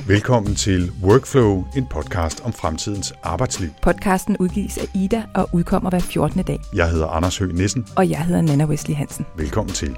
Velkommen til Workflow, en podcast om fremtidens arbejdsliv. Podcasten udgives af Ida og udkommer hver 14. dag. Jeg hedder Anders Høgh Nissen. Og jeg hedder Nanna Wesley Hansen. Velkommen til.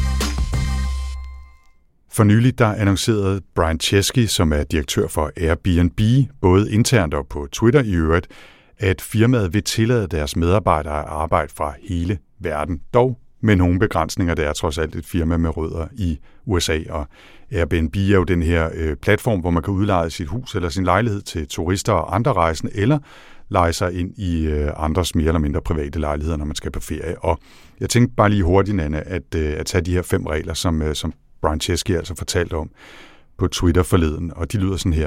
For nylig der annoncerede Brian Chesky, som er direktør for Airbnb, både internt og på Twitter i øvrigt, at firmaet vil tillade deres medarbejdere at arbejde fra hele verden, dog med nogle begrænsninger. Det er trods alt et firma med rødder i USA, og Airbnb er jo den her platform, hvor man kan udleje sit hus eller sin lejlighed til turister og andre rejsende, eller leje sig ind i andres mere eller mindre private lejligheder, når man skal på ferie. Og jeg tænkte bare lige hurtigt, Nanne, at tage de her 5 regler, som Brian Chesky altså fortalte om på Twitter forleden, og de lyder sådan her.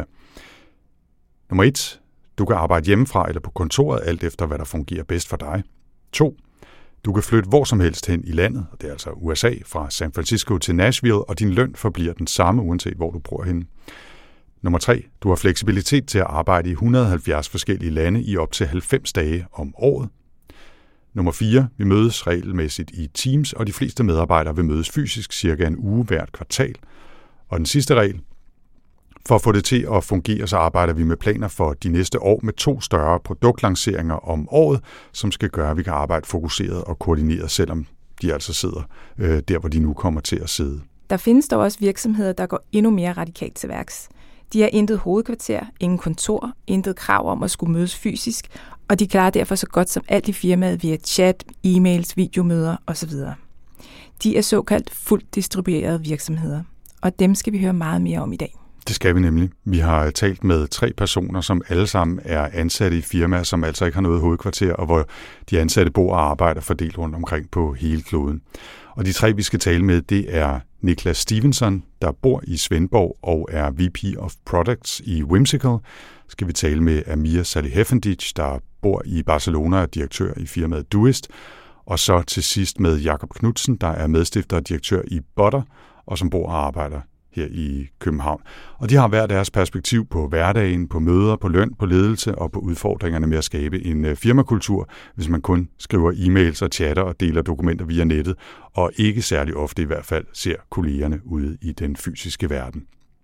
Nummer 1. Du kan arbejde hjemmefra eller på kontoret, alt efter hvad der fungerer bedst for dig. 2. Du kan flytte hvor som helst hen i landet, og det er altså USA, fra San Francisco til Nashville, og din løn forbliver den samme, uanset hvor du bor henne. Nummer 3. Du har fleksibilitet til at arbejde i 170 forskellige lande i op til 90 dage om året. Nummer 4. Vi mødes regelmæssigt i teams, og de fleste medarbejdere vil mødes fysisk cirka en uge hvert kvartal. Og den sidste regel. For at få det til at fungere, så arbejder vi med planer for de næste år med 2 større produktlanceringer om året, som skal gøre, at vi kan arbejde fokuseret og koordineret, selvom de altså sidder der, hvor de nu kommer til at sidde. Der findes dog også virksomheder, der går endnu mere radikalt til værks. De har intet hovedkvarter, ingen kontor, intet krav om at skulle mødes fysisk, og de klarer derfor så godt som alt i firmaet via chat, e-mails, videomøder osv. De er såkaldt fuldt distribuerede virksomheder, og dem skal vi høre meget mere om i dag. Det skal vi nemlig. Vi har talt med 3 personer, som alle sammen er ansatte i firmaer, som altså ikke har noget hovedkvarter, og hvor de ansatte bor og arbejder fordelt rundt omkring på hele kloden. Og de 3, vi skal tale med, det er Niklas Stevenson, der bor i Svendborg og er VP of Products i Whimsical. Skal vi tale med Amir Salihefendic, der bor i Barcelona og er direktør i firmaet Doist. Og så til sidst med Jakob Knudsen, der er medstifter og direktør i Butter, og som bor og arbejder her i København. Og de har hver deres perspektiv på hverdagen, på møder, på løn, på ledelse og på udfordringerne med at skabe en firmakultur, hvis man kun skriver e-mails og chatter og deler dokumenter via nettet, og ikke særlig ofte i hvert fald ser kollegerne ude i den fysiske verden.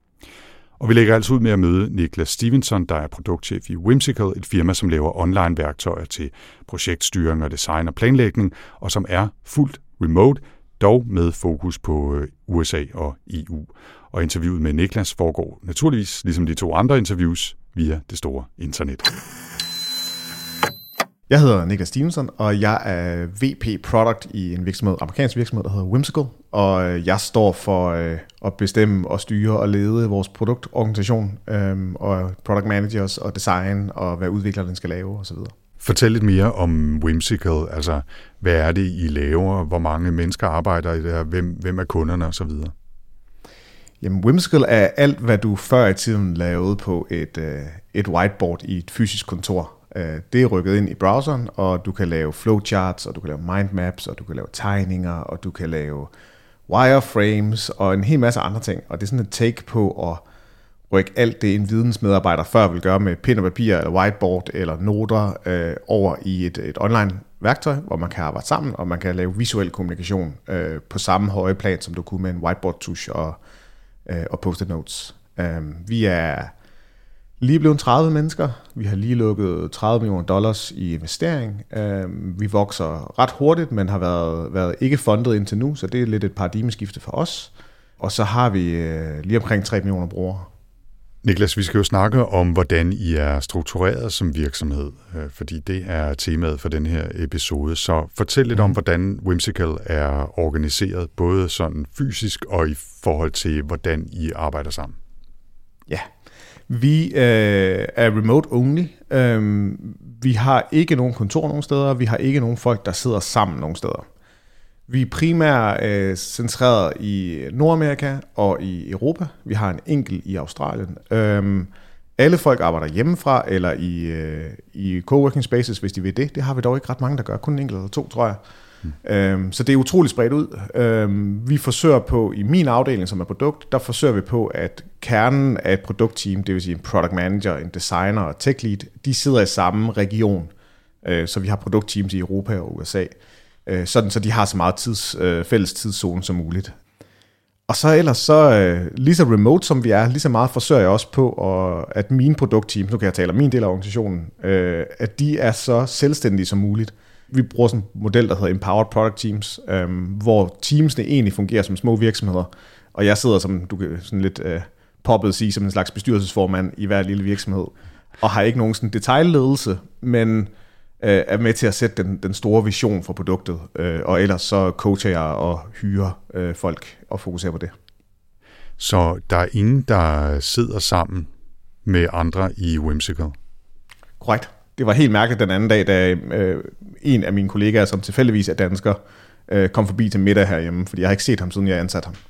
Og vi lægger altså ud med at møde Niklas Stevenson, der er produktchef i Whimsical, et firma, som laver online-værktøjer til projektstyring og design og planlægning, og som er fuldt remote, dog med fokus på USA og EU. Og interviewet med Niklas foregår naturligvis, ligesom de 2 andre interviews, via det store internet. Jeg hedder Niklas Stevenson, og jeg er VP Product i en amerikansk virksomhed, der hedder Whimsical. Og jeg står for at bestemme og styre og lede vores produktorganisation, og product managers og design, og hvad udviklerne skal lave osv. Fortæl lidt mere om Whimsical, altså hvad er det, I laver, hvor mange mennesker arbejder i det her, hvem er kunderne osv.? Jamen, Whimsical er alt, hvad du før i tiden lavede på et whiteboard i et fysisk kontor. Det er rykket ind i browseren, og du kan lave flowcharts, og du kan lave mindmaps, og du kan lave tegninger, og du kan lave wireframes, og en hel masse andre ting. Og det er sådan et take på at rykke alt det, en vidensmedarbejder før vil gøre med pen og papir, eller whiteboard, eller noter, over i et online værktøj, hvor man kan arbejde sammen, og man kan lave visuel kommunikation på samme høje plan, som du kunne med en whiteboard-tusch og post-it notes. Vi er lige blevet 30 mennesker. Vi har lige lukket $30 million i investering. Vi vokser ret hurtigt, men har været ikke fundet indtil nu, så det er lidt et paradigmeskifte for os. Og så har vi lige omkring 3 millioner brugere. Niklas, vi skal jo snakke om, hvordan I er struktureret som virksomhed, fordi det er temaet for den her episode. Så fortæl lidt om, hvordan Whimsical er organiseret, både sådan fysisk og i forhold til, hvordan I arbejder sammen. Ja, vi er remote only. Vi har ikke nogen kontor nogen steder. Vi har ikke nogen folk, der sidder sammen nogen steder. Vi er primært centreret i Nordamerika og i Europa. Vi har en enkelt i Australien. Alle folk arbejder hjemmefra eller i coworking spaces, hvis de vil det. Det har vi dog ikke ret mange, der gør. Kun en enkelt eller 2, tror jeg. Så det er utroligt spredt ud. Vi forsøger på, i min afdeling, som er produkt, der forsøger vi på, at kernen af et produktteam, det vil sige en product manager, en designer og tech lead, de sidder i samme region. Så vi har produktteams i Europa og USA. Sådan så de har så meget fælles tidszone som muligt. Og så ellers lige så remote som vi er, lige så meget forsøger jeg også på, at mine produktteams, nu kan jeg tale om min del af organisationen, at de er så selvstændige som muligt. Vi bruger sådan en model, der hedder Empowered Product Teams, hvor teamsene egentlig fungerer som små virksomheder, og jeg sidder som, du kan sådan lidt poppet sige, som en slags bestyrelsesformand i hver lille virksomhed, og har ikke nogen sådan detailledelse, men er med til at sætte den store vision for produktet, og ellers så coacher jeg og hyrer folk og fokuserer på det. Så der er ingen, der sidder sammen med andre i Whimsical? Korrekt. Det var helt mærkeligt den anden dag, da en af mine kollegaer, som tilfældigvis er dansker, kom forbi til middag herhjemme, fordi jeg har ikke set ham, siden jeg ansatte ham.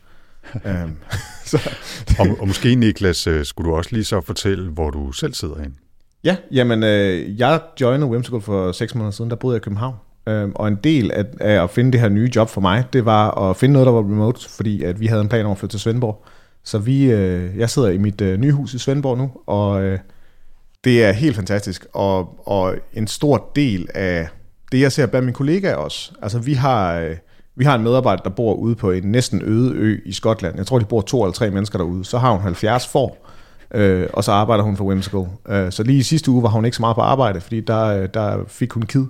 Og måske, Niklas, skulle du også lige så fortælle, hvor du selv sidder hen? Ja, jamen, jeg joinede Whimsical for 6 måneder siden, der boede jeg i København. Og en del af at finde det her nye job for mig, det var at finde noget, der var remote, fordi at vi havde en plan om at flytte til Svendborg. Så jeg sidder i mit nye hus i Svendborg nu, og det er helt fantastisk. Og en stor del af det, jeg ser blandt mine kollegaer også. Altså, vi har en medarbejder, der bor ude på en næsten øde ø i Skotland. Jeg tror, de bor 2 eller 3 mennesker derude. Så har hun 70 får. Og så arbejder hun for Whimsical. Så lige i sidste uge var hun ikke så meget på arbejde, fordi der fik hun kid.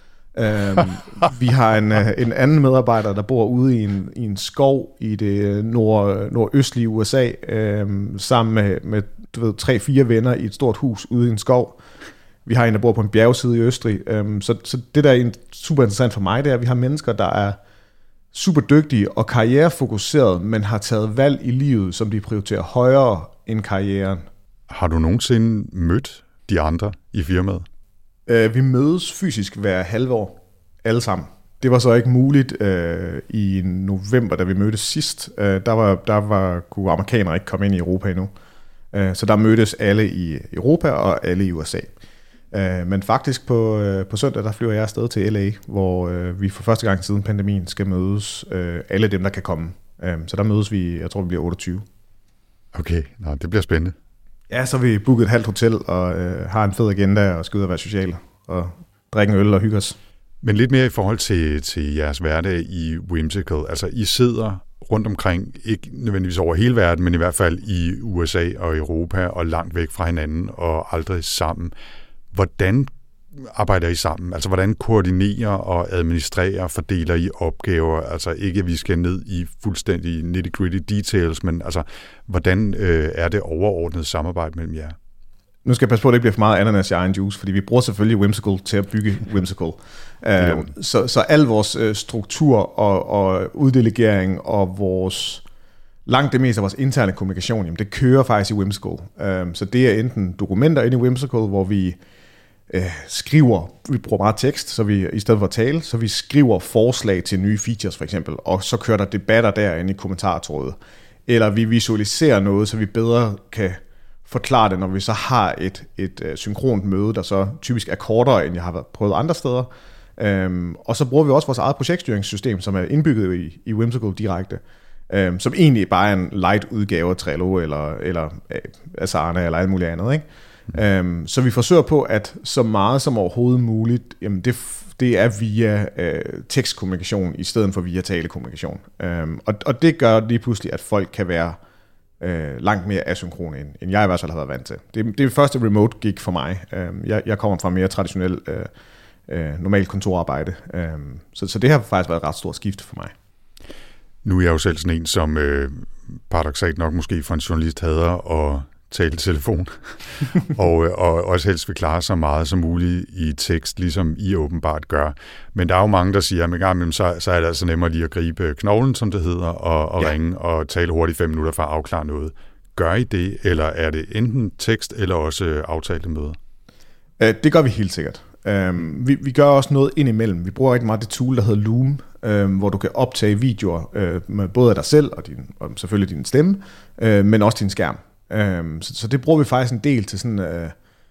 Vi har en anden medarbejder, der bor ude i en skov i det nordøstlige USA, sammen med 3-4 venner i et stort hus ude i en skov. Vi har en, der bor på en bjergside i Østrig. Så det, der er super interessant for mig, det er, at vi har mennesker, der er super dygtige og karrierefokuseret, men har taget valg i livet, som de prioriterer højere end karrieren. Har du nogensinde mødt de andre i firmaet? Vi mødes fysisk hver halve år, alle sammen. Det var så ikke muligt i november, da vi mødtes sidst. Kunne amerikanere ikke komme ind i Europa endnu. Så der mødtes alle i Europa og alle i USA. Men faktisk på søndag, der flyver jeg afsted til LA, hvor vi for første gang siden pandemien skal mødes alle dem, der kan komme. Så der mødes vi, jeg tror vi bliver 28. Okay, det bliver spændende. Ja, så har vi booket et halvt hotel og har en fed agenda og skal ud og være sociale og drikke en øl og hygge os. Men lidt mere i forhold til jeres hverdag i Whimsical. Altså, I sidder rundt omkring, ikke nødvendigvis over hele verden, men i hvert fald i USA og Europa og langt væk fra hinanden og aldrig sammen. Hvordan arbejder I sammen? Altså, hvordan koordinerer og administrerer, fordeler I opgaver? Altså, ikke at vi skal ned i fuldstændig nitty-gritty details, men altså, hvordan er det overordnet samarbejde mellem jer? Nu skal jeg passe på, at det ikke bliver for meget ananas i egen juice, fordi vi bruger selvfølgelig Whimsical til at bygge Whimsical. Så al vores struktur og uddelegering og langt det meste af vores interne kommunikation, jamen, det kører faktisk i Whimsical. Så det er enten dokumenter inde i Whimsical, hvor vi skriver, vi bruger meget tekst, så vi i stedet for at tale, så vi skriver forslag til nye features for eksempel, og så kører der debatter derinde i kommentartrådet. Eller vi visualiserer noget, så vi bedre kan forklare det, når vi så har et synkront møde, der så typisk er kortere, end jeg har prøvet andre steder. Og så bruger vi også vores eget projektstyringssystem, som er indbygget i Whimsical direkte, som egentlig bare er en light udgave af Trello eller Asana eller alt muligt andet, ikke? Så vi forsøger på, at så meget som overhovedet muligt, jamen det er via tekstkommunikation i stedet for via talekommunikation. Og det gør lige pludselig, at folk kan være langt mere asynkrone, end jeg i hvert fald har været vant til. Det er første remote gig for mig. Jeg kommer fra mere traditionel normalt kontorarbejde. Så det har faktisk været et ret stort skift for mig. Nu er jeg jo selv sådan en, som paradoksalt nok måske for en journalist hader at tale telefon, og også helst vil klare så meget som muligt i tekst, ligesom I åbenbart gør. Men der er jo mange, der siger, at så er det altså nemmere lige at gribe knoglen, som det hedder, og ringe og tale hurtigt 5 minutter for at afklare noget. Gør I det, eller er det enten tekst eller også aftalte møder? Det gør vi helt sikkert. Vi gør også noget indimellem. Vi bruger rigtig meget det tool, der hedder Loom, hvor du kan optage videoer med både af dig selv og selvfølgelig din stemme, men også din skærm. Så det bruger vi faktisk en del til sådan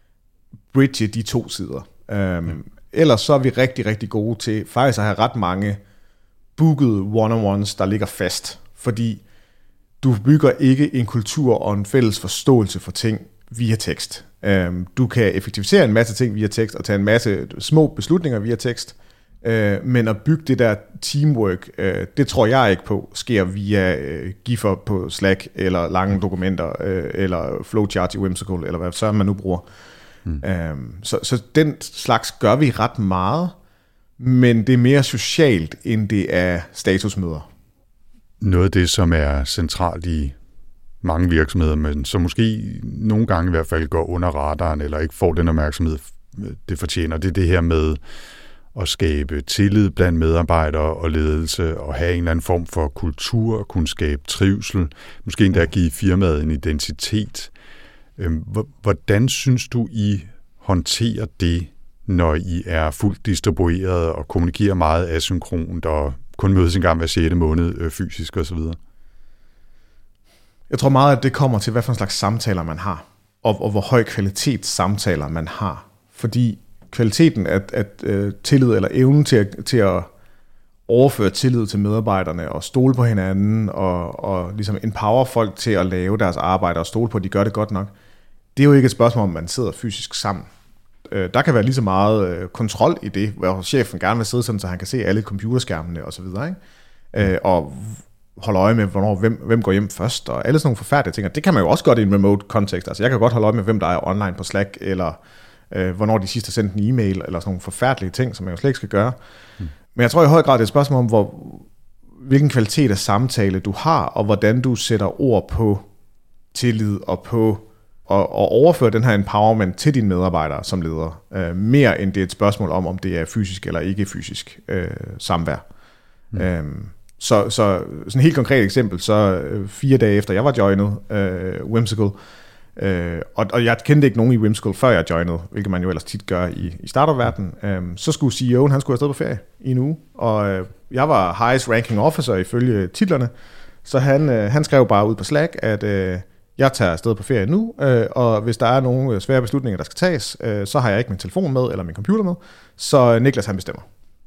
bridge de to sider. Ellers så er vi rigtig, rigtig gode til faktisk at have ret mange bookede one-on-ones, der ligger fast. Fordi du bygger ikke en kultur og en fælles forståelse for ting via tekst. Du kan effektivisere en masse ting via tekst og tage en masse små beslutninger via tekst, Men at bygge det der teamwork, det tror jeg ikke på, sker via giffer på Slack, eller lange dokumenter, eller flowcharts i Whimsical, eller hvad så man nu bruger. Så den slags gør vi ret meget, men det er mere socialt, end det er statusmøder. Noget af det, som er centralt i mange virksomheder, men som måske nogle gange i hvert fald går under radaren, eller ikke får den opmærksomhed, det fortjener, det er det her med at skabe tillid blandt medarbejdere og ledelse, og have en eller anden form for kultur, kunne skabe trivsel, måske endda give firmaet en identitet. Hvordan synes du, I håndterer det, når I er fuldt distribueret og kommunikerer meget asynkront og kun mødes en gang hver 6. måned fysisk osv.? Jeg tror meget, at det kommer til, hvad for en slags samtaler man har, og hvor høj kvalitet samtaler man har. Fordi kvaliteten af tillid, eller evnen til at overføre tillid til medarbejderne, og stole på hinanden, og ligesom empower folk til at lave deres arbejde, og stole på, at de gør det godt nok, det er jo ikke et spørgsmål, om man sidder fysisk sammen. Der kan være lige så meget kontrol i det, hvor chefen gerne vil sidde sådan, så han kan se alle computerskærmene osv., og holde øje med, hvem går hjem først, og alle sådan nogle forfærdelige ting. Det kan man jo også godt i en remote kontekst. Altså jeg kan godt holde øje med, hvem der er online på Slack, eller hvornår de sidst har sendt en e-mail, eller sådan nogle forfærdelige ting, som man jo slet ikke skal gøre. Men jeg tror i høj grad, det er et spørgsmål om, hvilken kvalitet af samtale du har, og hvordan du sætter ord på tillid, og på at overføre den her empowerment til dine medarbejdere som leder. Mere end det er et spørgsmål om det er fysisk eller ikke fysisk samvær. Så sådan et helt konkret eksempel, så 4 dage efter jeg var joinet Whimsical, og jeg kendte ikke nogen i Whimsical, før jeg joinede, hvilket man jo ellers tit gør i startup-verdenen, så skulle CEO'en, han skulle afsted på ferie i en uge, og jeg var highest ranking officer ifølge titlerne, så han skrev bare ud på Slack, at jeg tager afsted på ferie nu, og hvis der er nogle svære beslutninger, der skal tages, så har jeg ikke min telefon med, eller min computer med, så Niklas han bestemmer.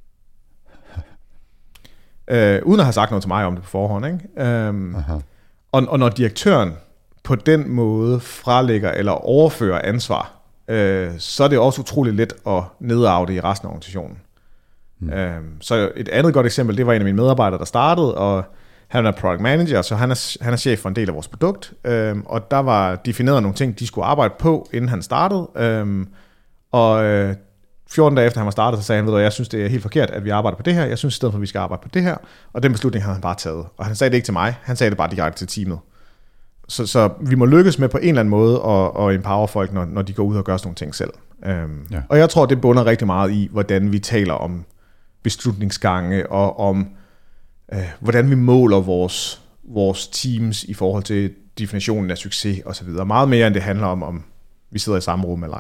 Uden at have sagt noget til mig om det på forhånd, ikke? Og når direktøren på den måde fralægger eller overfører ansvar, så er det også utroligt let at nedarve det i resten af organisationen. Så et andet godt eksempel, det var en af mine medarbejdere, der startede, og han er product manager, så han er chef for en del af vores produkt, og der var defineret nogle ting, de skulle arbejde på, inden han startede, og 14 dage efter han var startet, så sagde han, jeg synes, det er helt forkert, at vi arbejder på det her. Jeg synes i stedet for, at vi skal arbejde på det her. Og den beslutning havde han bare taget. Og han sagde det ikke til mig. Han sagde det bare direkte til teamet. Så vi må lykkes med på en eller anden måde at empower folk, når de går ud og gør sådan nogle ting selv. Og jeg tror, det bunder rigtig meget i, hvordan vi taler om beslutningsgange, og om hvordan vi måler vores teams i forhold til definitionen af succes osv. Meget mere, end det handler om vi sidder i samme rum eller ej.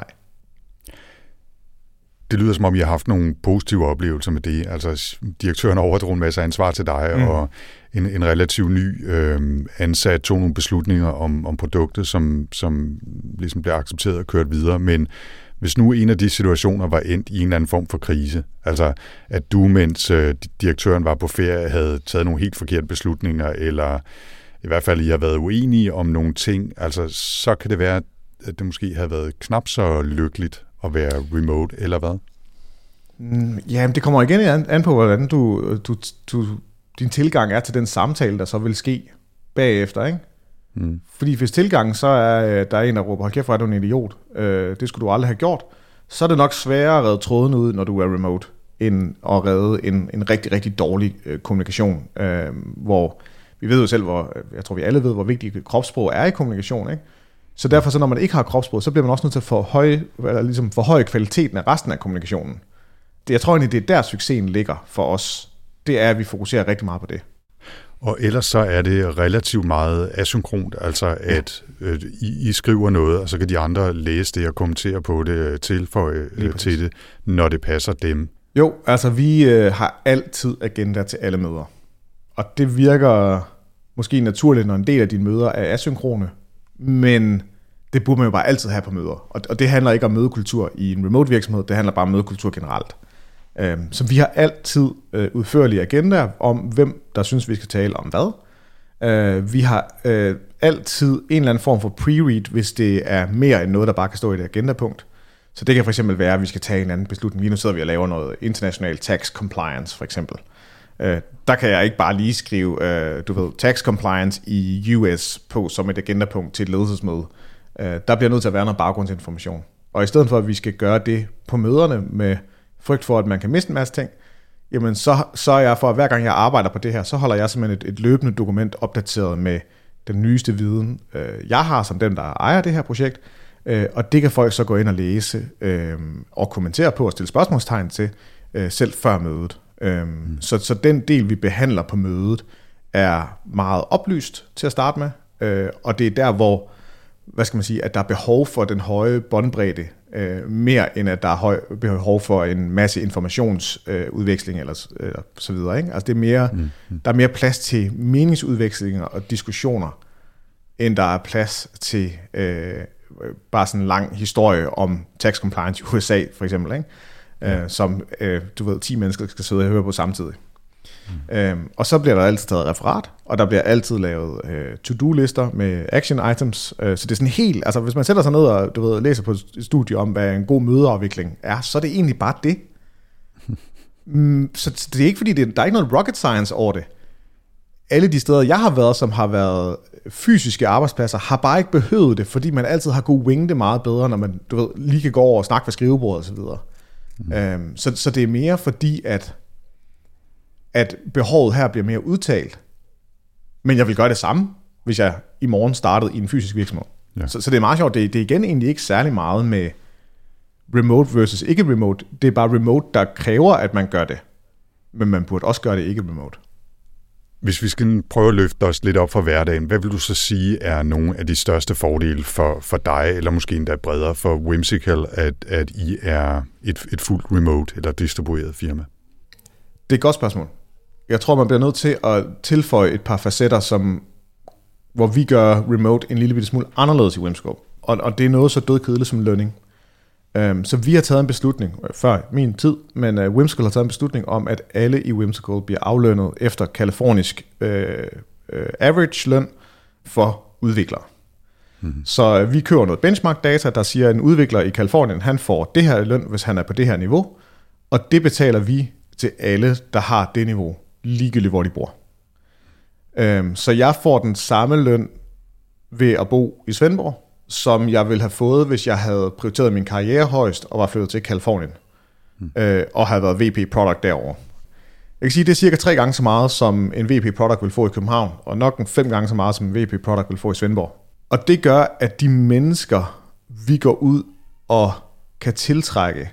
Det lyder som om, I har haft nogle positive oplevelser med det. Altså, direktøren overdrog en masse ansvar til dig, og en relativt ny ansat tog nogle beslutninger om produktet, som ligesom blev accepteret og kørt videre. Men hvis nu en af de situationer var endt i en eller anden form for krise, altså at du, mens direktøren var på ferie, havde taget nogle helt forkerte beslutninger, eller i hvert fald I har været uenige om nogle ting, altså så kan det være, at det måske havde været knap så lykkeligt at være remote, eller hvad? Ja, det kommer igen an på, hvordan din tilgang er til den samtale, der så vil ske bagefter, ikke? Fordi hvis tilgangen så er, der er en, der råber, hold kæft, hvor er du en idiot, det skulle du aldrig have gjort, så er det nok sværere at redde tråden ud, når du er remote, end at redde en rigtig, rigtig dårlig kommunikation, hvor vi ved jo selv, jeg tror vi alle ved, hvor vigtigt kropssprog er i kommunikation, ikke? Så derfor, så når man ikke har kropssprog, så bliver man også nødt til at forhøje kvaliteten af resten af kommunikationen. Jeg tror egentlig, det er der succesen ligger for os. Det er, at vi fokuserer rigtig meget på det. Og ellers så er det relativt meget asynkront, altså at I skriver noget, og så kan de andre læse det og kommentere på det, tilføje til det, når det passer dem. Jo, altså vi har altid agenda til alle møder. Og det virker måske naturligt, når en del af dine møder er asynkrone, men det burde man jo bare altid have på møder. Og det handler ikke om mødekultur i en remote virksomhed, det handler bare om mødekultur generelt. Så vi har altid udførlige agendaer om, hvem der synes, vi skal tale om hvad. Vi har altid en eller anden form for pre-read, hvis det er mere end noget, der bare kan stå i et agendapunkt. Så det kan for eksempel være, at vi skal tage en anden beslutning. Lige nu sidder vi og laver noget international tax compliance, for eksempel. Der kan jeg ikke bare lige skrive, tax compliance i US på som et agendapunkt til et ledelsesmøde. Der bliver nødt til at være noget baggrundsinformation. Og i stedet for, at vi skal gøre det på møderne med frygt for, at man kan miste en masse ting, jamen så er jeg for, at hver gang jeg arbejder på det her, så holder jeg simpelthen et løbende dokument opdateret med den nyeste viden, jeg har som den, der ejer det her projekt, og det kan folk så gå ind og læse og kommentere på og stille spørgsmålstegn til, selv før mødet. Så den del, vi behandler på mødet, er meget oplyst til at starte med, og det er der, hvor at der er behov for den høje båndbredde, mere end at der er behov for en masse informationsudveksling eller så videre. Ikke? Altså det er mere, der er mere plads til meningsudvekslinger og diskussioner, end der er plads til bare sådan en lang historie om tax compliance i USA, for eksempel, ikke? Som 10 mennesker skal sidde og høre på samtidig. Og så bliver der altid taget referat, og der bliver altid lavet to-do-lister med action items. Så det er sådan helt, altså hvis man sætter sig ned og læser på et studie om, hvad en god mødeafvikling er, så er det egentlig bare det. Så det er ikke fordi, der er ikke noget rocket science over det. Alle de steder, jeg har været, som har været fysiske arbejdspladser, har bare ikke behøvet det, fordi man altid har kunnet winge det meget bedre, når man lige kan gå over og snakke ved skrivebordet og så videre. Så det er mere fordi, at behovet her bliver mere udtalt. Men jeg vil gøre det samme, hvis jeg i morgen startede i en fysisk virksomhed. Ja. Så det er meget sjovt. Det er igen egentlig ikke særlig meget med remote versus ikke remote. Det er bare remote, der kræver, at man gør det. Men man burde også gøre det ikke remote. Hvis vi skal prøve at løfte os lidt op fra hverdagen, hvad vil du så sige er nogle af de største fordele for dig, eller måske endda bredere for Whimsical, at I er et fuldt remote eller distribueret firma? Det er et godt spørgsmål. Jeg tror, man bliver nødt til at tilføje et par facetter, hvor vi gør remote en lille bitte smule anderledes i Whimsical. Og det er noget så dødkedeligt som lønning. Så vi har taget en beslutning, før min tid, men Whimsical har taget en beslutning om, at alle i Whimsical bliver aflønnet efter kalifornisk average løn for udviklere. Så vi køber noget benchmark data, der siger, at en udvikler i Kalifornien, han får det her løn, hvis han er på det her niveau, og det betaler vi til alle, der har det niveau, ligegyldigt hvor de bor. Så jeg får den samme løn ved at bo i Svendborg, som jeg ville have fået, hvis jeg havde prioriteret min karriere højst og var flyttet til Kalifornien og havde været VP Product derovre. Jeg kan sige, at det er cirka 3 gange så meget, som en VP Product vil få i København, og nok 5 gange så meget, som en VP Product vil få i Svendborg. Og det gør, at de mennesker, vi går ud og kan tiltrække,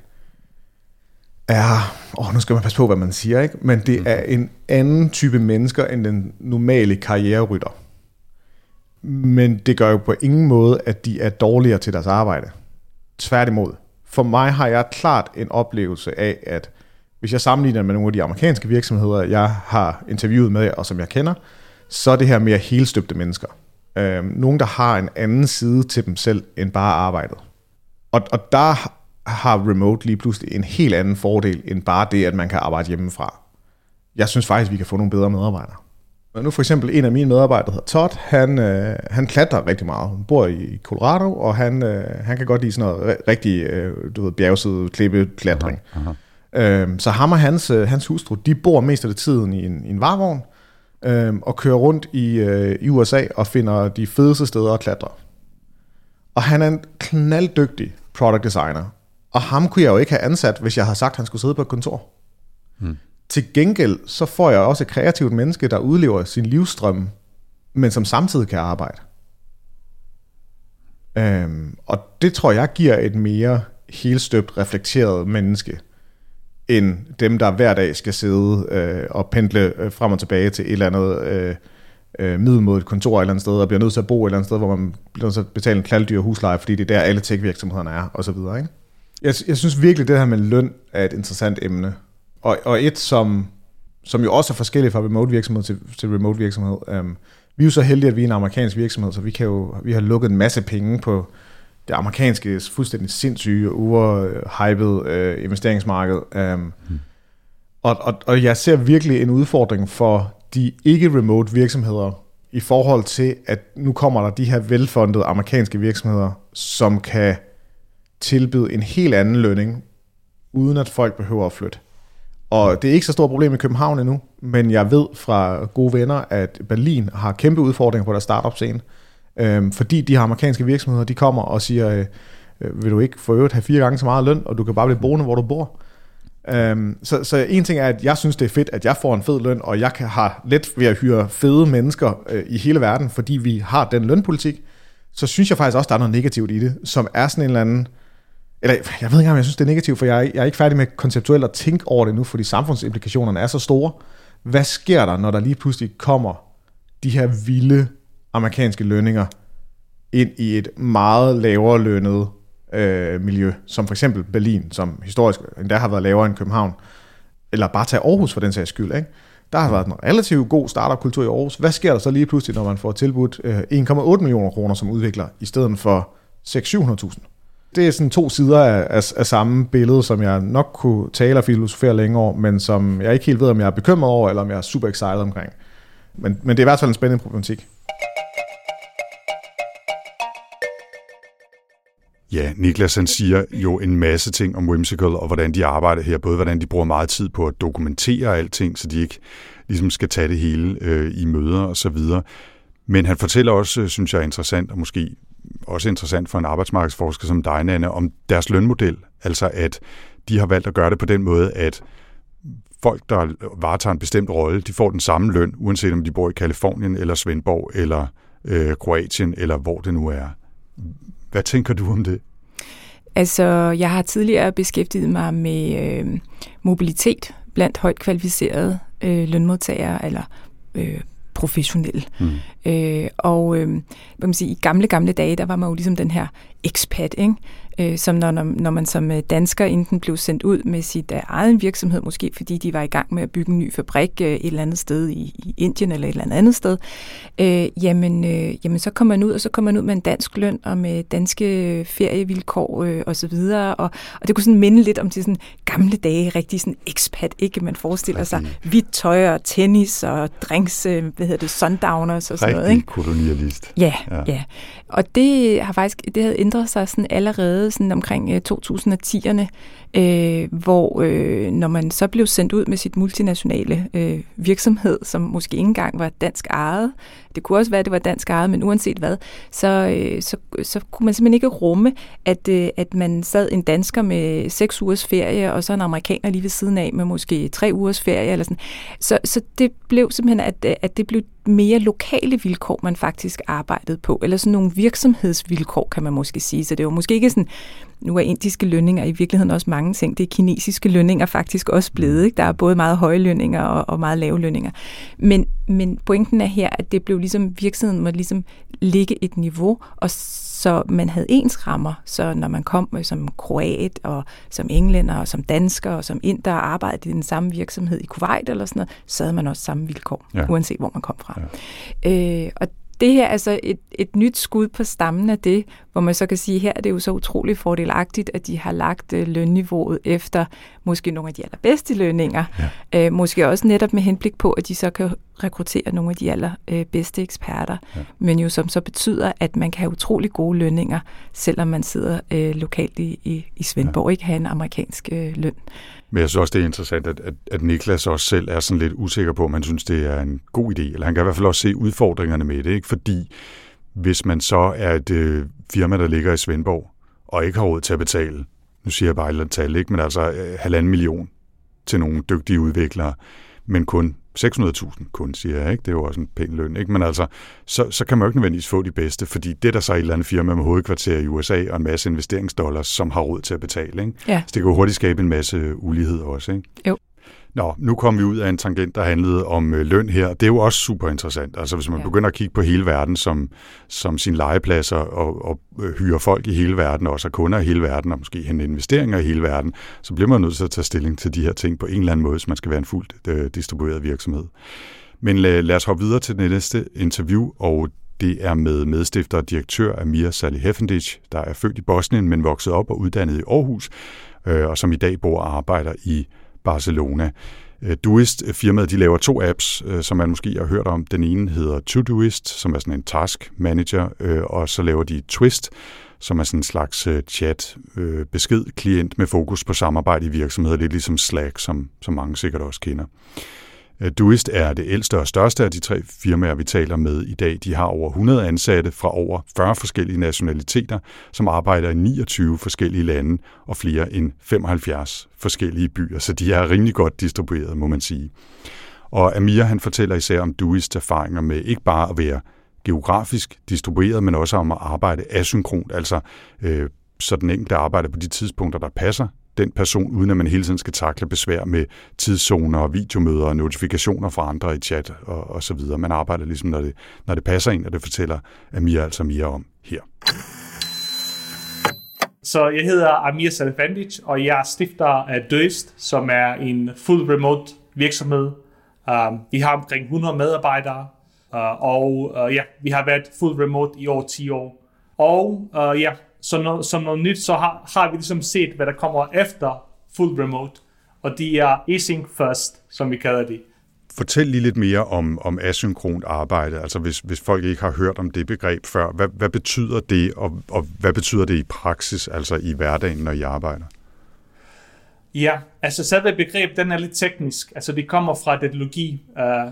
nu skal man passe på, hvad man siger, ikke? Men det er en anden type mennesker, end den normale karriererytter. Men det gør jo på ingen måde, at de er dårligere til deres arbejde. Tværtimod. For mig har jeg klart en oplevelse af, at hvis jeg sammenligner med nogle af de amerikanske virksomheder, jeg har interviewet med, og som jeg kender, så er det her mere helstøbte mennesker. Nogen, der har en anden side til dem selv, end bare arbejdet. Og der har remote lige pludselig en helt anden fordel, end bare det, at man kan arbejde hjemmefra. Jeg synes faktisk, vi kan få nogle bedre medarbejdere. Nu for eksempel en af mine medarbejdere, der hedder Todd, han klatrer rigtig meget. Han bor i Colorado, og han kan godt lide sådan noget rigtig bjergside klippeklatring. Så ham og hans hustru, de bor mest af det tiden i en varevogn, og kører rundt i USA og finder de fedeste steder at klatre. Og han er en knalddygtig product designer. Og ham kunne jeg jo ikke have ansat, hvis jeg havde sagt, at han skulle sidde på et kontor. Til gengæld, så får jeg også et kreativt menneske, der udlever sin livsstrøm, men som samtidig kan arbejde. Og det tror jeg giver et mere helstøbt, reflekteret menneske, end dem, der hver dag skal sidde og pendle frem og tilbage til et eller andet middelmådigt kontor et eller andet sted, og bliver nødt til at bo et eller andet sted, hvor man bliver nødt til at betale en knalddyr husleje, fordi det er der, alle tech-virksomhederne er, og så videre, ikke? Jeg synes virkelig, det her med løn er et interessant emne. Og et, som jo også er forskelligt fra remote virksomhed til remote virksomhed. Vi er jo så heldige, at vi er en amerikansk virksomhed, så vi har lukket en masse penge på det amerikanske fuldstændig sindssyge, overhypede investeringsmarked. Og jeg ser virkelig en udfordring for de ikke-remote virksomheder i forhold til, at nu kommer der de her velfundede amerikanske virksomheder, som kan tilbyde en helt anden lønning, uden at folk behøver at flytte. Og det er ikke så stort problem i København endnu, men jeg ved fra gode venner, at Berlin har kæmpe udfordringer på deres startup-scene, fordi de her amerikanske virksomheder, de kommer og siger, vil du ikke for øvrigt have 4 gange så meget løn, og du kan bare blive boende, hvor du bor. Så en ting er, at jeg synes, det er fedt, at jeg får en fed løn, og jeg har let ved at hyre fede mennesker i hele verden, fordi vi har den lønpolitik. Så synes jeg faktisk også, der er noget negativt i det, som er sådan en eller anden... Eller jeg ved ikke, om jeg synes, det er negativt, for jeg er ikke færdig med konceptuelt at tænke over det nu, fordi samfundsimplikationerne er så store. Hvad sker der, når der lige pludselig kommer de her vilde amerikanske lønninger ind i et meget lavere lønnet miljø, som for eksempel Berlin, som historisk endda har været lavere end København, eller bare tage Aarhus for den sags skyld, ikke? Der har været en relativt god startup-kultur i Aarhus. Hvad sker der så lige pludselig, når man får tilbudt 1,8 millioner kroner som udvikler, i stedet for 600-700.000? Det er sådan 2 sider af samme billede, som jeg nok kunne tale og filosofere længe over, men som jeg ikke helt ved, om jeg er bekymret over, eller om jeg er super excited omkring. Men det er i hvert fald en spændende problematik. Ja, Niklas han siger jo en masse ting om Whimsical, og hvordan de arbejder her, både hvordan de bruger meget tid på at dokumentere alting, så de ikke ligesom skal tage det hele i møder og så videre. Men han fortæller også, synes jeg er interessant, og måske også interessant for en arbejdsmarkedsforsker som dig, Nanne, om deres lønmodel. Altså at de har valgt at gøre det på den måde, at folk, der varetager en bestemt rolle, de får den samme løn, uanset om de bor i Kalifornien, eller Svendborg, eller Kroatien, eller hvor det nu er. Hvad tænker du om det? Altså, jeg har tidligere beskæftiget mig med mobilitet blandt højt kvalificerede lønmodtagere, eller professionelle. Hvad kan man sige, i gamle dage, der var man jo ligesom den her expat, ikke? Som når man som dansker enten blev sendt ud med sit egen virksomhed, måske fordi de var i gang med at bygge en ny fabrik et eller andet sted i Indien eller et eller andet sted, jamen så kom man ud, og så kom man ud med en dansk løn og med danske ferievilkår og så videre, og det kunne sådan minde lidt om til sådan gamle dage, rigtig sådan expat, ikke? Man forestiller sig hvidt tøj og tennis og drinks, sundowners og sådan noget, ikke? Rigtig kolonialist. Ja. Og det havde ændret sig sådan allerede sådan omkring 2010'erne, hvor når man så blev sendt ud med sit multinationale virksomhed, som måske ikke engang var dansk ejet, det kunne også være, at det var dansk ejet, men uanset hvad, så kunne man simpelthen ikke rumme, at man sad en dansker med 6 ugers ferie, og så en amerikaner lige ved siden af med måske 3 ugers ferie, eller sådan. Så det blev simpelthen, at det blev mere lokale vilkår, man faktisk arbejdede på, eller sådan nogle virksomhedsvilkår, kan man måske sige. Så det var måske ikke sådan, nu er indiske lønninger i virkeligheden også mange ting. Det er kinesiske lønninger faktisk også blevet, ikke? Der er både meget høje lønninger og meget lave lønninger. Men pointen er her, at det blev ligesom, virksomheden måtte ligesom ligge et niveau, og så man havde ens rammer. Så når man kom som kroat og som englænder og som dansker og som inder og arbejdede i den samme virksomhed i Kuwait eller sådan noget, så havde man også samme vilkår, uanset hvor man kom fra. Ja. Og det her er altså et nyt skud på stammen af det, hvor man så kan sige, her er det jo så utroligt fordelagtigt, at de har lagt lønniveauet efter måske nogle af de allerbedste lønninger. Ja. Måske også netop med henblik på, at de så kan rekruttere nogle af de allerbedste eksperter. Ja. Men jo som så betyder, at man kan have utrolig gode lønninger, selvom man sidder lokalt i Svendborg, ikke have en amerikansk løn. Men jeg synes også, det er interessant, at Niklas også selv er sådan lidt usikker på, om han synes, det er en god idé. Eller han kan i hvert fald også se udfordringerne med det, ikke? Fordi hvis man så er et firma, der ligger i Svendborg, og ikke har råd til at betale, nu siger jeg bare et eller andet tal, ikke? Men altså 1,5 million til nogle dygtige udviklere, men kun 600.000 kun, siger jeg, ikke? Det er jo også en pæn løn, ikke? Men altså, så kan man jo ikke nødvendigvis få de bedste, fordi det er der så et eller andet firma med hovedkvarter i USA og en masse investeringsdollars, som har råd til at betale, ikke? Ja. Så det kan jo hurtigt skabe en masse ulighed også, ikke? Jo. Nå, nu kom vi ud af en tangent, der handlede om løn her. Det er jo også super interessant. Altså hvis man begynder at kigge på hele verden som sin legepladser og hyre folk i hele verden, og også kunder i hele verden, og måske hente investeringer i hele verden, så bliver man nødt til at tage stilling til de her ting på en eller anden måde, hvis man skal være en fuldt distribueret virksomhed. Men lad os hoppe videre til det næste interview, og det er med medstifter og direktør Amir Salihefendic, der er født i Bosnien, men vokset op og uddannet i Aarhus, og som i dag bor og arbejder i Barcelona. Doist firmaet, de laver 2 apps, som man måske har hørt om. Den ene hedder Todoist, som er sådan en task manager, og så laver de Twist, som er sådan en slags chat-besked-klient med fokus på samarbejde i virksomheder, lidt ligesom Slack, som mange sikkert også kender. Doist er det ældste og største af de 3 firmaer, vi taler med i dag. De har over 100 ansatte fra over 40 forskellige nationaliteter, som arbejder i 29 forskellige lande og flere end 75 forskellige byer, så de er rimelig godt distribueret, må man sige. Og Amir, han fortæller især om Doists erfaringer med ikke bare at være geografisk distribueret, men også om at arbejde asynkront, altså så den enkelte arbejder på de tidspunkter, der passer den person, uden at man hele tiden skal takle besvær med tidszoner og videomøder og notifikationer fra andre i chat og så videre. Man arbejder ligesom, når det passer ind, og det fortæller Amir altså mere om her. Så jeg hedder Amir Salifandic, og jeg er stifter af Doist, som er en full remote virksomhed. Vi har omkring 100 medarbejdere, og vi har været full remote i over 10 år. Og som noget nyt, så har vi ligesom set, hvad der kommer efter full remote, og de er async first, som vi kalder det. Fortæl lige lidt mere om asynkront arbejde, altså hvis folk ikke har hørt om det begreb før. Hvad betyder det, og hvad betyder det i praksis, altså i hverdagen, når I arbejder? Ja, altså selve begreb, den er lidt teknisk. Altså det kommer fra datalogi.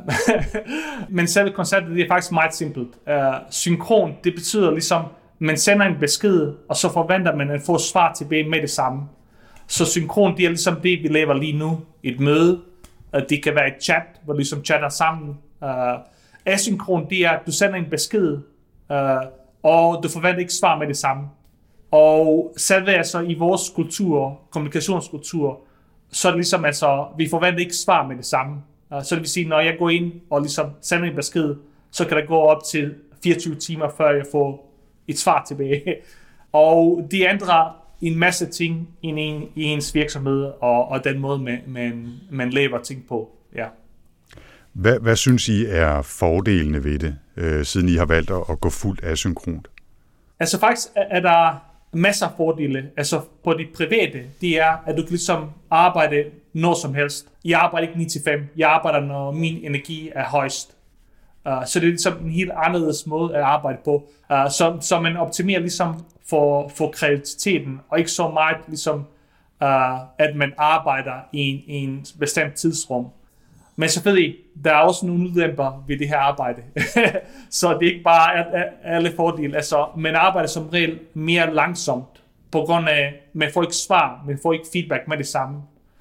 Men selve konceptet, det er faktisk meget simpelt. Synkron, det betyder ligesom, man sender en besked, og så forventer man at få svar tilbage med det samme. Så synkron, det er ligesom det, vi laver lige nu. Et møde. Det kan være et chat, hvor ligesom chatter sammen. Asynkron, det er, at du sender en besked, og du forventer ikke svar med det samme. Og selve altså i vores kultur, kommunikationskultur, så er det ligesom altså, vi forventer ikke svar med det samme. Så det vil sige, når jeg går ind og ligesom sender en besked, så kan der gå op til 24 timer, før jeg får et svar tilbage. Og det ændrer en masse ting i ens virksomhed, og den måde, man laver ting på. Ja. Hvad synes I er fordelene ved det, siden I har valgt at gå fuldt asynkront? Altså faktisk er der masser af fordele. Altså på det private, det er, at du kan ligesom arbejde når som helst. Jeg arbejder ikke 9-5. Jeg arbejder, når min energi er højst. Så det er ligesom en helt anderledes måde at arbejde på. Så man optimerer ligesom for kreativiteten, og ikke så meget ligesom, at man arbejder i en bestemt tidsrum. Men selvfølgelig, der er også nogle ulemper ved det her arbejde. Så det er ikke bare alle fordele. Altså, man arbejder som regel mere langsomt, på grund af, at man får ikke svar, man får ikke feedback med det samme.